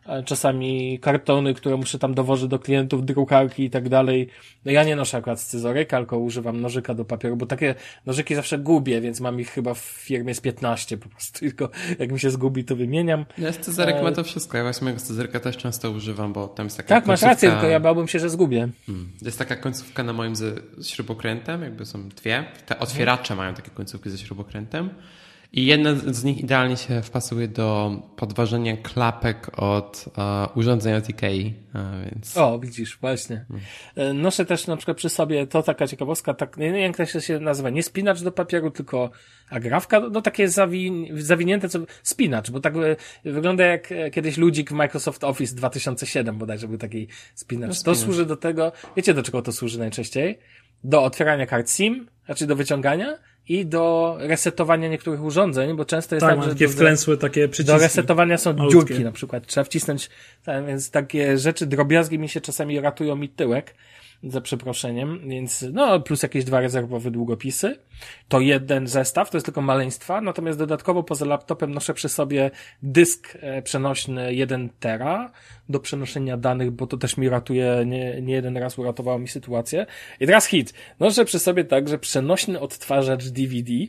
czasami kartony, które muszę tam dowożyć do klientów, drukarki i tak dalej. No ja nie noszę akurat scyzoryka, tylko używam nożyka do papieru, bo takie nożyki zawsze gubię, więc mam ich chyba w firmie z piętnaście po prostu, tylko jak mi się zgubi, to wymieniam. Ja scyzoryk e... ma to wszystko, ja właśnie mojego scyzoryka też często używam, bo tam jest taka Tak, końcówka... masz rację, tylko ja bałbym się, że zgubię. Hmm. Jest taka końcówka na moim ze śrubokrętem, jakby są dwie. Te otwieracze hmm. mają takie końcówki ze śrubokrętem. I jedna z nich idealnie się wpasuje do podważenia klapek od uh, urządzeń od Ikei. A, więc... O, widzisz, właśnie. Hmm. Noszę też na przykład przy sobie, to taka ciekawostka, tak, nie wiem jak to się nazywa, nie spinacz do papieru, tylko agrafka, no takie zawin, zawinięte, co, spinacz, bo tak wygląda jak kiedyś ludzik w Microsoft Office dwa tysiące siedem bodajże był taki spinacz. No, spinacz. To służy do tego, wiecie do czego to służy najczęściej? Do otwierania kart SIM, znaczy do wyciągania i do resetowania niektórych urządzeń, bo często jest tak, tak, że takie do, wklęsłe takie przyciski. Do resetowania są malutkie dziurki na przykład. Trzeba wcisnąć, tak, więc takie rzeczy, drobiazgi mi się czasami ratują mi tyłek, za przeproszeniem, więc no plus jakieś dwa rezerwowe długopisy. To jeden zestaw, to jest tylko maleństwa, natomiast dodatkowo poza laptopem noszę przy sobie dysk e, przenośny jeden tera do przenoszenia danych, bo to też mi ratuje, nie, nie jeden raz uratowało mi sytuację. I teraz hit. Noszę przy sobie także przenośny odtwarzacz D V D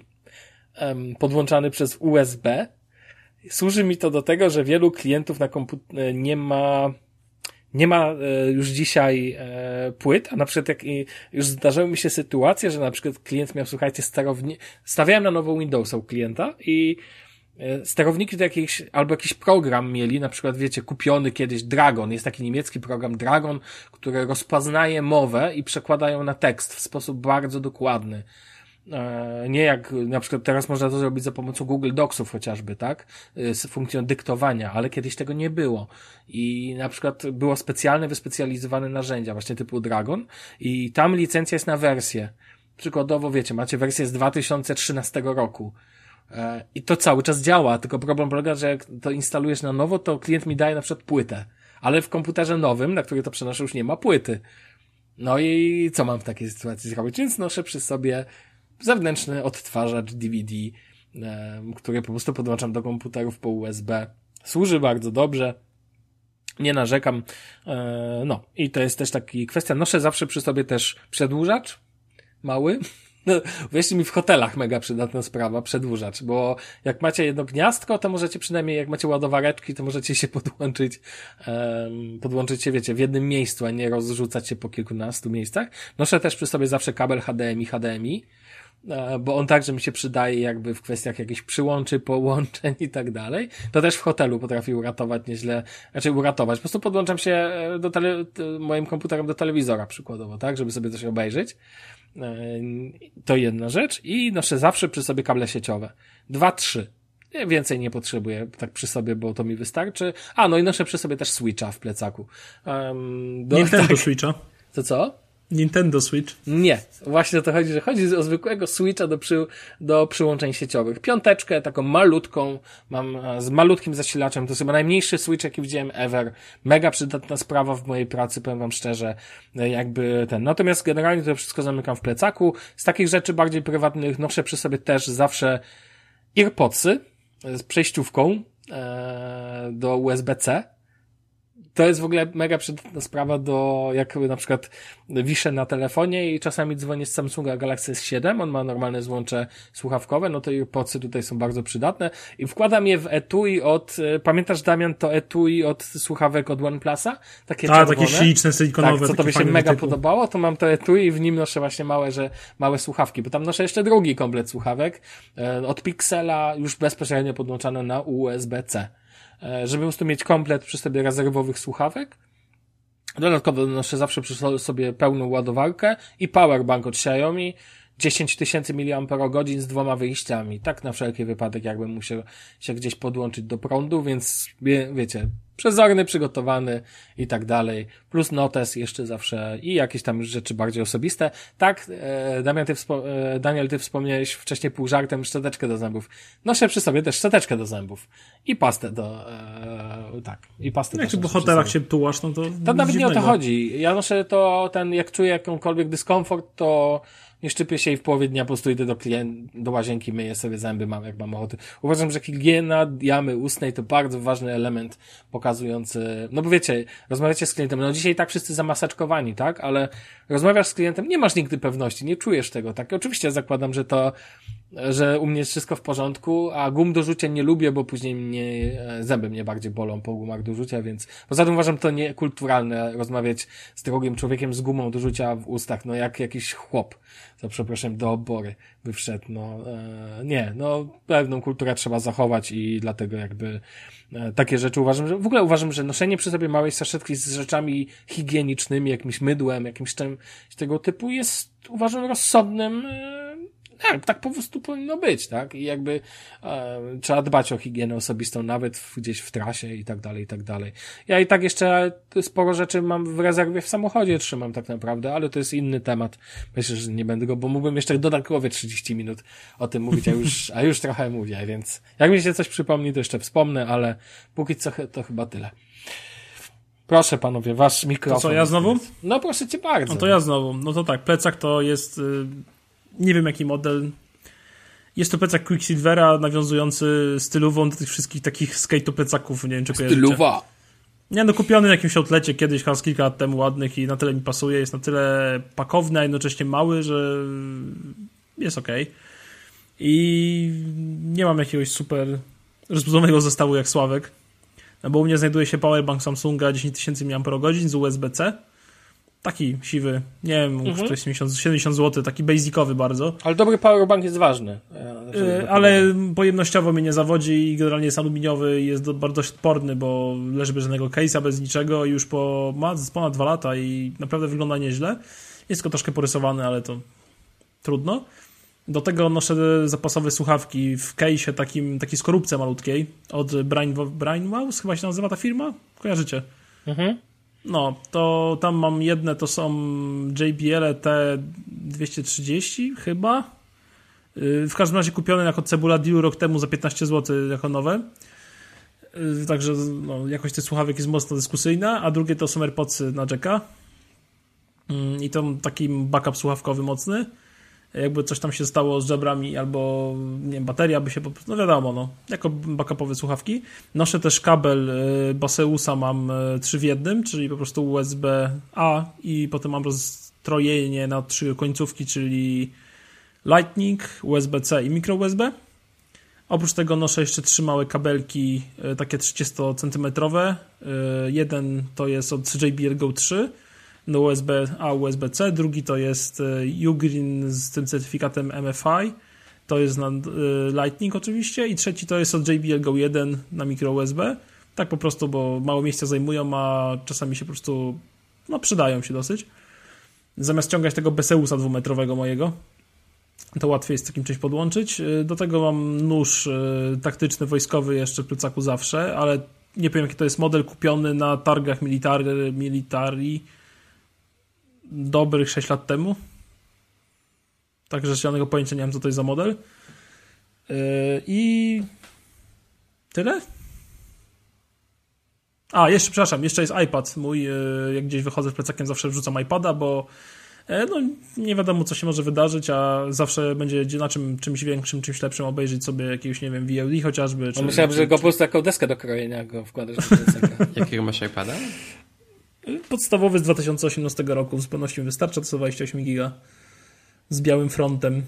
em, podłączany przez U S B. Służy mi to do tego, że wielu klientów na komputerze nie ma Nie ma e, już dzisiaj e, płyt, a na przykład jak i, już zdarzały mi się sytuacje, że na przykład klient miał, słuchajcie, sterownik, stawiałem na nowo Windowsa u klienta i e, sterowniki do jakichś, albo jakiś program mieli, na przykład wiecie, kupiony kiedyś Dragon, jest taki niemiecki program Dragon, który rozpoznaje mowę i przekłada ją na tekst w sposób bardzo dokładny. Nie jak na przykład teraz można to zrobić za pomocą Google Docsów chociażby, tak? Z funkcją dyktowania, ale kiedyś tego nie było. I na przykład było specjalne, wyspecjalizowane narzędzia, właśnie typu Dragon i tam licencja jest na wersję. Przykładowo, wiecie, macie wersję z dwa tysiące trzynastego roku. I to cały czas działa, tylko problem polega, że jak to instalujesz na nowo, to klient mi daje na przykład płytę. Ale w komputerze nowym, na który to przenoszę, już nie ma płyty. No i co mam w takiej sytuacji zrobić? Więc noszę przy sobie zewnętrzny odtwarzacz D V D, e, który po prostu podłączam do komputerów po U S B. Służy bardzo dobrze. Nie narzekam. E, no i to jest też taki kwestia. Noszę zawsze przy sobie też przedłużacz mały. No, wierzcie mi, w hotelach mega przydatna sprawa, przedłużacz, bo jak macie jedno gniazdko, to możecie przynajmniej, jak macie ładowareczki, to możecie się podłączyć, um, podłączyć się, wiecie, w jednym miejscu, a nie rozrzucać się po kilkunastu miejscach. Noszę też przy sobie zawsze kabel H D M I, H D M I, bo on także mi się przydaje jakby w kwestiach jakichś przyłączy, połączeń i tak dalej. To też w hotelu potrafi uratować nieźle, znaczy uratować. Po prostu podłączam się do tele, moim komputerem do telewizora przykładowo, tak, żeby sobie coś obejrzeć. To jedna rzecz i noszę zawsze przy sobie kable sieciowe. Dwa, trzy. Więcej nie potrzebuję tak przy sobie, bo to mi wystarczy. A, no i noszę przy sobie też Switcha w plecaku. Um, do, Nintendo tak. Switcha. To co? Nintendo Switch? Nie. Właśnie o to chodzi, że chodzi o zwykłego Switcha do, przy, do przyłączeń sieciowych. Piąteczkę, taką malutką, mam z malutkim zasilaczem. To jest chyba najmniejszy Switch, jaki widziałem ever. Mega przydatna sprawa w mojej pracy, powiem wam szczerze. Jakby ten. Natomiast generalnie to wszystko zamykam w plecaku. Z takich rzeczy bardziej prywatnych noszę przy sobie też zawsze AirPodsy z przejściówką e, do U S B C. to jest w ogóle mega przydatna sprawa do, jak na przykład wiszę na telefonie i czasami dzwonię z Samsunga Galaxy S siedem, on ma normalne złącze słuchawkowe, no to AirPodsy tutaj są bardzo przydatne i wkładam je w etui od, pamiętasz Damian to etui od słuchawek od OnePlusa? Takie tak, czerwone. takie śliczne, silikonowe. Tak, co tobie się mega typu. podobało, to mam to etui i w nim noszę właśnie małe, że małe słuchawki, bo tam noszę jeszcze drugi komplet słuchawek e, od Pixela, już bezpośrednio podłączane na U S B C. Żeby po prostu mieć komplet przy sobie rezerwowych słuchawek. Dodatkowo noszę zawsze przy sobie pełną ładowarkę i powerbank od Xiaomi dziesięć tysięcy miliamperogodzin z dwoma wyjściami. Tak na wszelki wypadek, jakbym musiał się gdzieś podłączyć do prądu, więc wie, wiecie, przezorny, przygotowany i tak dalej. Plus notes jeszcze zawsze i jakieś tam rzeczy bardziej osobiste. Tak, e, Damian, ty wspo- e, Daniel, ty wspomniałeś wcześniej pół żartem szczoteczkę do zębów. Noszę przy sobie też szczoteczkę do zębów. I pastę do, e, tak, i pastę jak też. Jak po hotelach się tułasz, no to To nawet nie o to dziwnego. chodzi. Ja noszę to, ten, jak czuję jakąkolwiek dyskomfort, to nie szczypię się i w połowie dnia po prostu idę do klient, do łazienki, myję sobie zęby, mam, jak mam ochotę. Uważam, że higiena jamy ustnej to bardzo ważny element pokazujący, no bo wiecie, rozmawiacie z klientem, no dzisiaj tak wszyscy zamaseczkowani, tak, ale rozmawiasz z klientem, nie masz nigdy pewności, nie czujesz tego, tak, oczywiście zakładam, że to, że u mnie jest wszystko w porządku, a gum do rzucia nie lubię, bo później mnie, zęby mnie bardziej bolą po gumach do rzucia, więc poza tym uważam to niekulturalne rozmawiać z drugim człowiekiem z gumą do rzucia w ustach, no jak jakiś chłop, za przepraszam, do obory by wszedł, no e, nie, no pewną kulturę trzeba zachować i dlatego jakby e, takie rzeczy uważam, że w ogóle uważam, że noszenie przy sobie małej saszetki z rzeczami higienicznymi, jakimś mydłem, jakimś czymś tego typu jest, uważam, rozsądnym e, tak, tak po prostu powinno być, tak? I jakby e, trzeba dbać o higienę osobistą, nawet w, gdzieś w trasie i tak dalej, i tak dalej. Ja i tak jeszcze sporo rzeczy mam w rezerwie w samochodzie, trzymam tak naprawdę, ale to jest inny temat. Myślę, że nie będę go, bo mógłbym jeszcze dodatkowo trzydzieści minut o tym mówić, a już, a już trochę mówię, więc jak mi się coś przypomni, to jeszcze wspomnę, ale póki co to chyba tyle. Proszę panowie, wasz mikrofon. To co, ja znowu? No proszę cię bardzo. No to ja znowu. No to tak, plecak to jest... Y- nie wiem jaki model. Jest to plecak Quicksilvera nawiązujący stylową do tych wszystkich takich skate'u plecaków, nie wiem czy kojarzycie. Stylowa. Nie, no kupiony w jakimś outlecie kiedyś, chyba z kilka lat temu ładnych i na tyle mi pasuje. Jest na tyle pakowny, a jednocześnie mały, że jest okej. Okay. I nie mam jakiegoś super rozbudzonego zestawu jak Sławek. No bo u mnie znajduje się powerbank Samsunga dziesięć tysięcy miliamperogodzin z U S B C. Taki siwy, nie wiem, mhm. siedemdziesiąt, siedemdziesiąt złotych, taki basicowy bardzo. Ale dobry powerbank jest ważny. Yy, ale pojemnościowo mnie nie zawodzi i generalnie jest aluminiowy i jest do, bardzo odporny, bo leży bez żadnego case'a, bez niczego i już po ma ponad dwa lata i naprawdę wygląda nieźle. Jest tylko troszkę porysowany, ale to trudno. Do tego noszę zapasowe słuchawki w case'ie takim, takiej skorupce malutkiej od Brain, Brainwaves, chyba się nazywa ta firma? Kojarzycie? Mhm. No, to tam mam jedne, to są J B L T dwieście trzydzieści chyba. W każdym razie kupione jako cebula deal rok temu za piętnaście złotych jako nowe. Także no, jakość tych słuchawek jest mocno dyskusyjna, a drugie to są AirPodsy na jacka. I to taki backup słuchawkowy mocny. Jakby coś tam się stało z żebrami albo nie wiem, bateria by się po prostu, no wiadomo, no, jako backupowe słuchawki. Noszę też kabel y, Boseusa, mam y, trzy w jednym, czyli po prostu U S B A i potem mam rozstrojenie na trzy końcówki, czyli Lightning, U S B C i micro U S B. Oprócz tego noszę jeszcze trzy małe kabelki, y, takie trzydziestocentymetrowe. Y, jeden to jest od J B L Go trzy. Do U S B A, U S B C, drugi to jest Ugreen z tym certyfikatem M F I, to jest na Lightning oczywiście i trzeci to jest od J B L Go jeden na micro U S B, tak po prostu, bo mało miejsca zajmują, a czasami się po prostu no przydają się dosyć. Zamiast ciągać tego Boseusa dwumetrowego mojego, to łatwiej jest takim czymś podłączyć. Do tego mam nóż taktyczny, wojskowy jeszcze w plecaku zawsze, ale nie powiem jaki to jest model, kupiony na targach military, military dobrych sześć lat temu. Także żadnego pojęcia nie mam, co to jest za model. Yy, I tyle? A, jeszcze, przepraszam, jeszcze jest iPad mój. Yy, jak gdzieś wychodzę z plecakiem, zawsze wrzucam iPada, bo No nie wiadomo, co się może wydarzyć, a zawsze będzie na czym, czymś większym, czymś lepszym obejrzeć sobie jakiegoś, nie wiem, V O D chociażby. Czy, no myślałem, czy, że go czy... po prostu taką deskę do krojenia go wkładasz do plecaka. Jakiego masz iPada? Podstawowy z dwa tysiące osiemnastego roku, w zupełności mi wystarcza, to sto dwadzieścia osiem giga z białym frontem.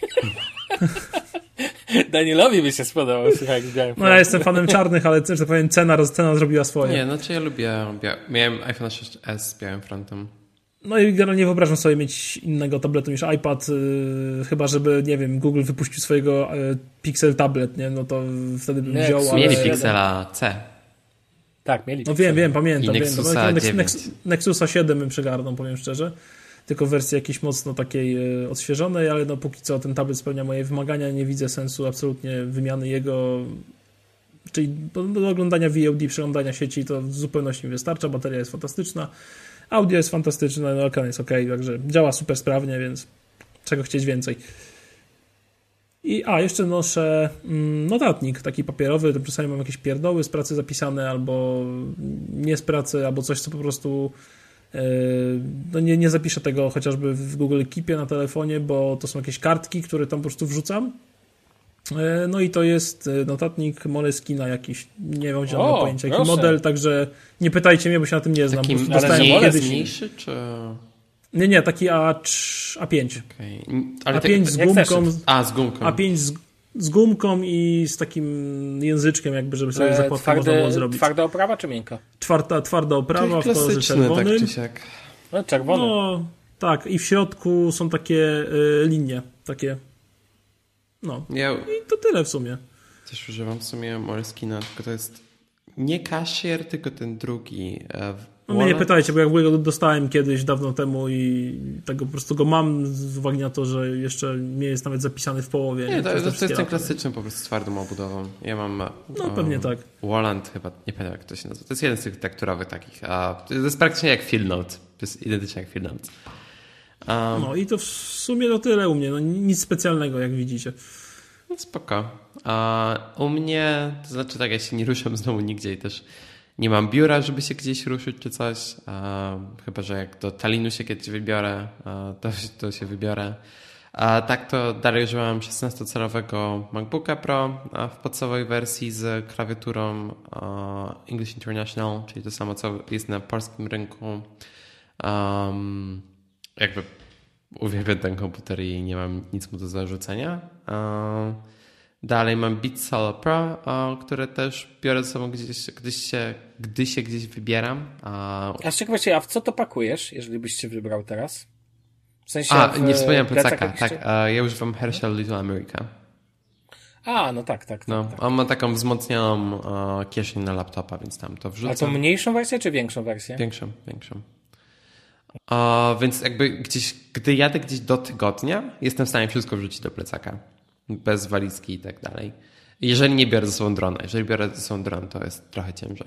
Danielowi by się spodobał, słuchaj, jak z białym frontem. No ja jestem fanem czarnych, ale że tak powiem, cena, cena zrobiła swoje. Nie, znaczy ja lubię, bia... miałem iPhone sześć S z białym frontem. No i generalnie wyobrażam sobie mieć innego tabletu niż iPad, yy, chyba żeby, nie wiem, Google wypuścił swojego yy, Pixel Tablet, nie? No to wtedy bym Nie, wziął, ale... Mieli Pixela C. Tak, mieli. No wiem, wiem, pamiętam. I Nexusa pamiętam. dziewięć. Nex, Nexusa siedem bym przegarnął, powiem szczerze. Tylko w wersji jakiejś mocno takiej yy, odświeżonej, ale no póki co ten tablet spełnia moje wymagania, nie widzę sensu absolutnie wymiany jego... Czyli do, do oglądania V O D, przeglądania sieci to w zupełności mi wystarcza, bateria jest fantastyczna. Audio jest fantastyczne, no ekran jest ok, także działa super sprawnie, więc czego chcieć więcej. I a, jeszcze noszę mm, notatnik taki papierowy, to czasami mam jakieś pierdoły z pracy zapisane, albo nie z pracy, albo coś, co po prostu yy, no nie, nie zapiszę tego chociażby w Google Keepie na telefonie, bo to są jakieś kartki, które tam po prostu wrzucam. No i to jest notatnik Moleskina jakiś, nie mam zielonego pojęcia, jaki proszę. model, także nie pytajcie mnie, bo się na tym nie znam. Taki, Po prostu ale dostałem nie kiedyś... jest mniejszy, czy... Nie, nie, taki A pięć. Okay. Ale A pięć tak, z gumką. A, z gumką. A pięć z, z gumką i z takim języczkiem jakby, żeby sobie E, zakładkę można było zrobić. Twarda oprawa czy miękka? Twarda, twarda oprawa w kolorze czerwonym. Tak, czy siak. No, czerwony. No, tak, i w środku są takie y, linie, takie no. Ja I to tyle w sumie. też używam w sumie Moleskina, tylko to jest nie Cashier, tylko ten drugi. E, No mnie nie pytajcie, bo jak go dostałem kiedyś dawno temu i tego po prostu go mam z uwagi na to, że jeszcze nie jest nawet zapisany w połowie. Nie, nie? to, to, to jest ten lata, klasyczny po prostu z twardą obudową. Ja mam... No pewnie tak. Walland chyba, nie pamiętam jak to się nazywa. To jest jeden z tych tekturowych takich. A to jest praktycznie jak Fieldnote. To jest identycznie jak Fieldnote. Um, no i to w sumie to tyle u mnie. No, nic specjalnego, jak widzicie. No spoko. A u mnie, to znaczy tak, ja się nie ruszam znowu nigdzie i też nie mam biura, żeby się gdzieś ruszyć czy coś. A, chyba, że jak do Talinu się kiedyś wybiorę, a, to, to się wybiorę. A tak to dalej używam szesnastocalowego MacBooka Pro a w podstawowej wersji z klawiaturą a, English International, czyli to samo, co jest na polskim rynku. Um, jakby uwielbiam ten komputer i nie mam nic mu do zarzucenia. Um, dalej mam Beat Solo Pro, um, które też biorę ze sobą gdzieś, gdzieś się, gdy się gdzieś wybieram. Um, a z ciekawości, a w co to pakujesz, jeżeli byś się wybrał teraz? W sensie a, w, nie wspomniałem plecak plecaka. Tak, uh, ja używam Herschel Little America. A, no tak, tak. No, tak, tak. on ma taką wzmocnioną uh, kieszeń na laptopa, więc tam to wrzucam. A to mniejszą wersję, czy większą wersję? Większą, większą. Uh, więc jakby gdzieś, gdy jadę gdzieś do tygodnia, jestem w stanie wszystko wrzucić do plecaka. Bez walizki i tak dalej. Jeżeli nie biorę ze sobą drona. Jeżeli biorę ze sobą dron, to jest trochę ciężej.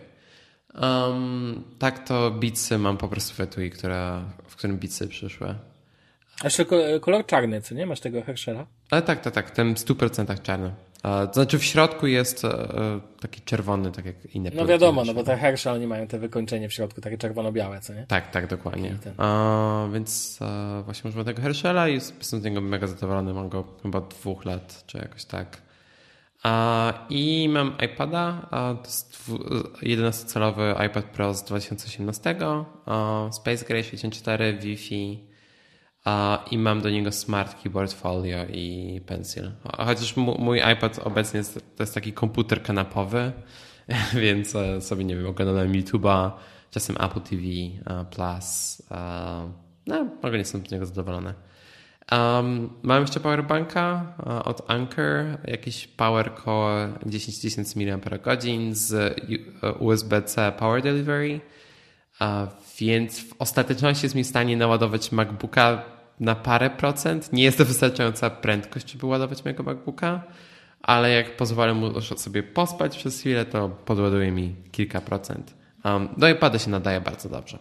Um, tak to Beatsy mam po prostu w etui, która, w którym Beatsy przyszły. A jeszcze kolor czarny, co nie? Masz tego Herschela? Ale tak, tak, tak. Ten w stu procentach czarny. To znaczy w środku jest taki czerwony, tak jak inne No wiadomo, no bo te Herschel oni mają te wykończenie w środku, takie czerwono-białe, co nie? Tak, tak, dokładnie. A, więc a, właśnie używam tego Herschela i jestem z niego mega zadowolony. Mam go chyba od dwóch lat, czy jakoś tak. A, I mam iPada, a, to jest jedenastocalowy iPad Pro z dwa tysiące osiemnastego, a, Space Gray sześćdziesiąt cztery, Wi-Fi. I mam do niego Smart Keyboard Folio i Pencil. Chociaż mój iPad obecnie jest, to jest taki komputer kanapowy, więc sobie, nie wiem, oglądam YouTube'a, czasem Apple T V Plus. No, ogólnie jestem z niego zadowolony. Um, mam jeszcze powerbanka od Anker, jakiś Power Core dziesięć tysięcy miliampergodzin z U S B C Power Delivery. A więc w ostateczności jest mi w stanie naładować MacBooka na parę procent. Nie jest to wystarczająca prędkość, żeby ładować mojego MacBooka, ale jak pozwolę mu sobie pospać przez chwilę, to podładuje mi kilka procent. Um, do iPada się nadaje bardzo dobrze.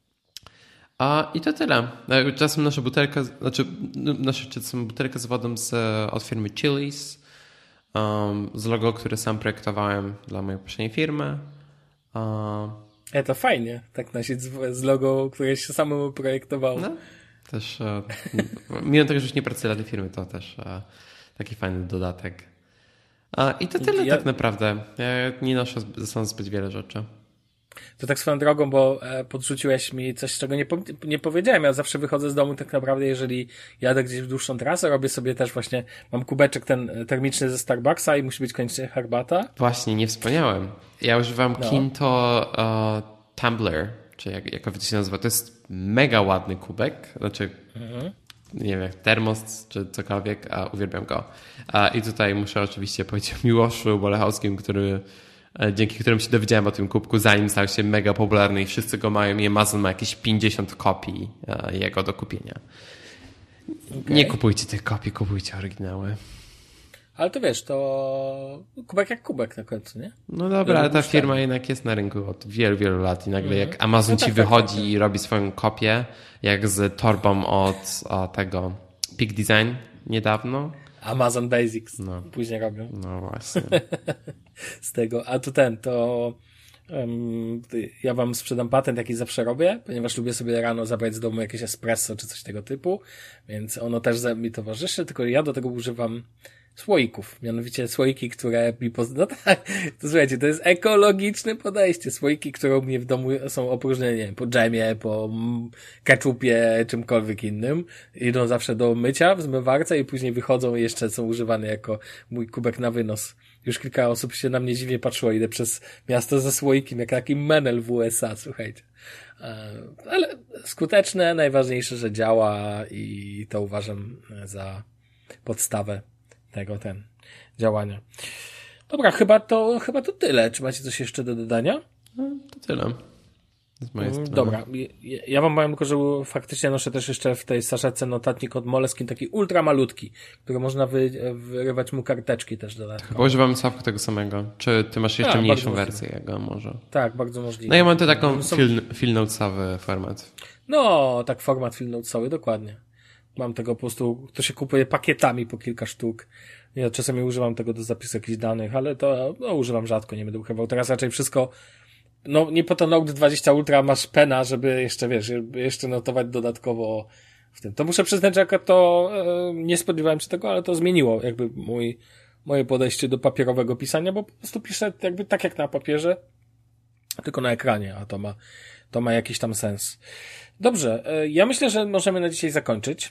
A, I to tyle. Czasem noszę butelkę, znaczy noszę czasem butelkę z wodą z, od firmy Chili's, um, z logo, które sam projektowałem dla mojej poprzedniej firmy. Um, E, to fajnie, tak nosić z, z logo, które się samemu projektowało. No. Też, e, mimo tego, że już nie pracuję dla tej firmy, to też e, taki fajny dodatek. A, I to tyle ja, tak naprawdę. Ja nie noszę ze sobą zbyt wiele rzeczy. To tak swoją drogą, bo e, podrzuciłeś mi coś, czego nie, po, nie powiedziałem. Ja zawsze wychodzę z domu tak naprawdę, jeżeli jadę gdzieś w dłuższą trasę, robię sobie też właśnie, mam kubeczek ten termiczny ze Starbucksa i musi być koniecznie herbata. Właśnie, nie wspomniałem. Ja używam no. Kinto uh, Tumbler, czy jak, jak to się nazywa. To jest mega ładny kubek, znaczy mhm. nie wiem, jak termos czy cokolwiek, a uwielbiam go. A, i tutaj muszę oczywiście powiedzieć o Miłoszu Bolechowskim, który dzięki którym się dowiedziałem o tym kubku, zanim stał się mega popularny i wszyscy go mają i Amazon ma jakieś pięćdziesiąt kopii jego do kupienia. Okay. Nie kupujcie tych kopii, kupujcie oryginały. Ale to wiesz, to kubek jak kubek na końcu, nie? No dobra, ale ta firma jednak jest na rynku od wielu, wielu lat i nagle jak Amazon no tak, ci wychodzi tak, tak, tak. i robi swoją kopię, jak z torbą od o, tego Peak Design niedawno. Amazon Basics no. później robią. No właśnie. Z tego, a tu ten, to um, ja wam sprzedam patent, jaki zawsze robię, ponieważ lubię sobie rano zabrać z domu jakieś espresso czy coś tego typu, więc ono też mi towarzyszy, tylko ja do tego używam słoików, mianowicie słoiki, które mi poz... no tak, to słuchajcie, to jest ekologiczne podejście, słoiki, które u mnie w domu są opróżnione, nie wiem, po dżemie, po ketchupie, czymkolwiek innym, idą zawsze do mycia w zmywarce i później wychodzą i jeszcze są używane jako mój kubek na wynos. Już kilka osób się na mnie dziwnie patrzyło, idę przez miasto ze słoikiem, jak taki menel w U S A, słuchajcie. Ale skuteczne, najważniejsze, że działa i to uważam za podstawę tego, ten, działania. Dobra, chyba to, chyba to tyle. Czy macie coś jeszcze do dodania? No, to tyle. Z mojej strony. Dobra, ja, ja wam powiem tylko, że faktycznie noszę też jeszcze w tej saszetce notatnik od Moleskine taki ultra malutki, który można wy, wyrywać mu karteczki też dodatkowo. Chyba używamy całego tego samego. Czy ty masz jeszcze A, mniejszą wersję jego może? Tak, bardzo możliwe. No ja mam to taką są... fill, fill notesowy format. No, tak format fill notesowy, dokładnie. Mam tego po prostu, to się kupuje pakietami po kilka sztuk. Ja czasami używam tego do zapisu jakichś danych, ale to no, używam rzadko, nie będę ukrywał. Teraz raczej wszystko, no nie po to Note dwadzieścia Ultra masz pena, żeby jeszcze, wiesz, jeszcze notować dodatkowo w tym. To muszę przyznać, że jak to e, nie spodziewałem się tego, ale to zmieniło jakby mój, moje podejście do papierowego pisania, bo po prostu piszę jakby tak jak na papierze, tylko na ekranie, a to ma, to ma jakiś tam sens. Dobrze, ja myślę, że możemy na dzisiaj zakończyć.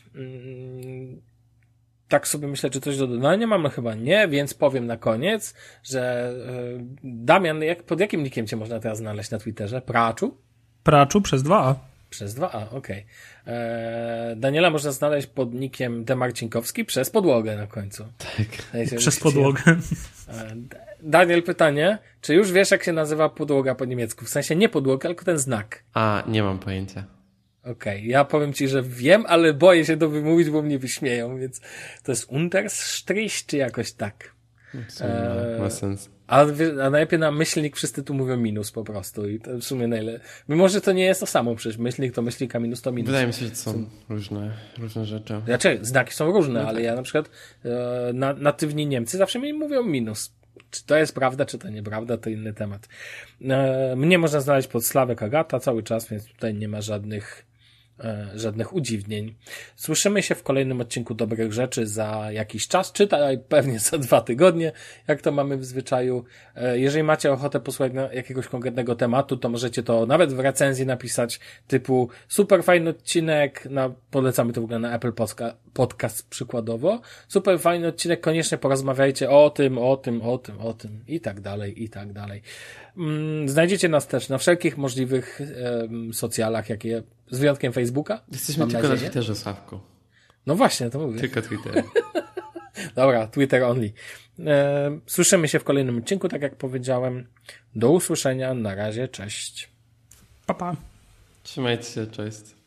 Tak sobie myślę, czy coś do dodania mamy? Chyba nie, więc powiem na koniec, że Damian, jak, pod jakim nickiem cię można teraz znaleźć na Twitterze? Praczu? Praczu przez dwa A. Przez dwa A, okej. Okay. Daniela można znaleźć pod nickiem Demarcinkowski przez podłogę na końcu. Tak. Przez podłogę. Daniel, pytanie, czy już wiesz, jak się nazywa podłoga po niemiecku? W sensie nie podłoga, tylko ten znak. A, nie mam pojęcia. Okej, okay. Ja powiem ci, że wiem, ale boję się to wymówić, bo mnie wyśmieją, więc to jest Unterstrich, czy jakoś tak. Eee, ma sens. A, a najlepiej na myślnik wszyscy tu mówią minus po prostu i to w sumie najlepiej. Mimo, że to nie jest to samo, przecież myślnik to myślnik, a minus to minus. Wydaje mi się, że to są, są... różne, różne rzeczy. Znaczy, znaki są różne, no ale tak. Ja na przykład e, na, natywni Niemcy zawsze mi mówią minus. Czy to jest prawda, czy to nieprawda, to inny temat. E, mnie można znaleźć pod Sławek Agata cały czas, więc tutaj nie ma żadnych e, żadnych udziwnień. Słyszymy się w kolejnym odcinku Dobrych Rzeczy za jakiś czas, czytaj pewnie za dwa tygodnie, jak to mamy w zwyczaju. E, jeżeli macie ochotę posłuchać na jakiegoś konkretnego tematu, to możecie to nawet w recenzji napisać typu super fajny odcinek, na, polecamy to w ogóle na Apple Podca- Podcast przykładowo. Super fajny odcinek, koniecznie porozmawiajcie o tym, o tym, o tym, o tym i tak dalej, i tak dalej. Znajdziecie nas też na wszelkich możliwych um, socjalach, jakie, z wyjątkiem Facebooka. Jesteśmy tylko na Twitterze, Sławku. No właśnie, to mówię. Tylko Twitter. Dobra, Twitter only. E, słyszymy się w kolejnym odcinku, tak jak powiedziałem. Do usłyszenia, na razie, cześć. Pa, pa. Trzymajcie się, cześć.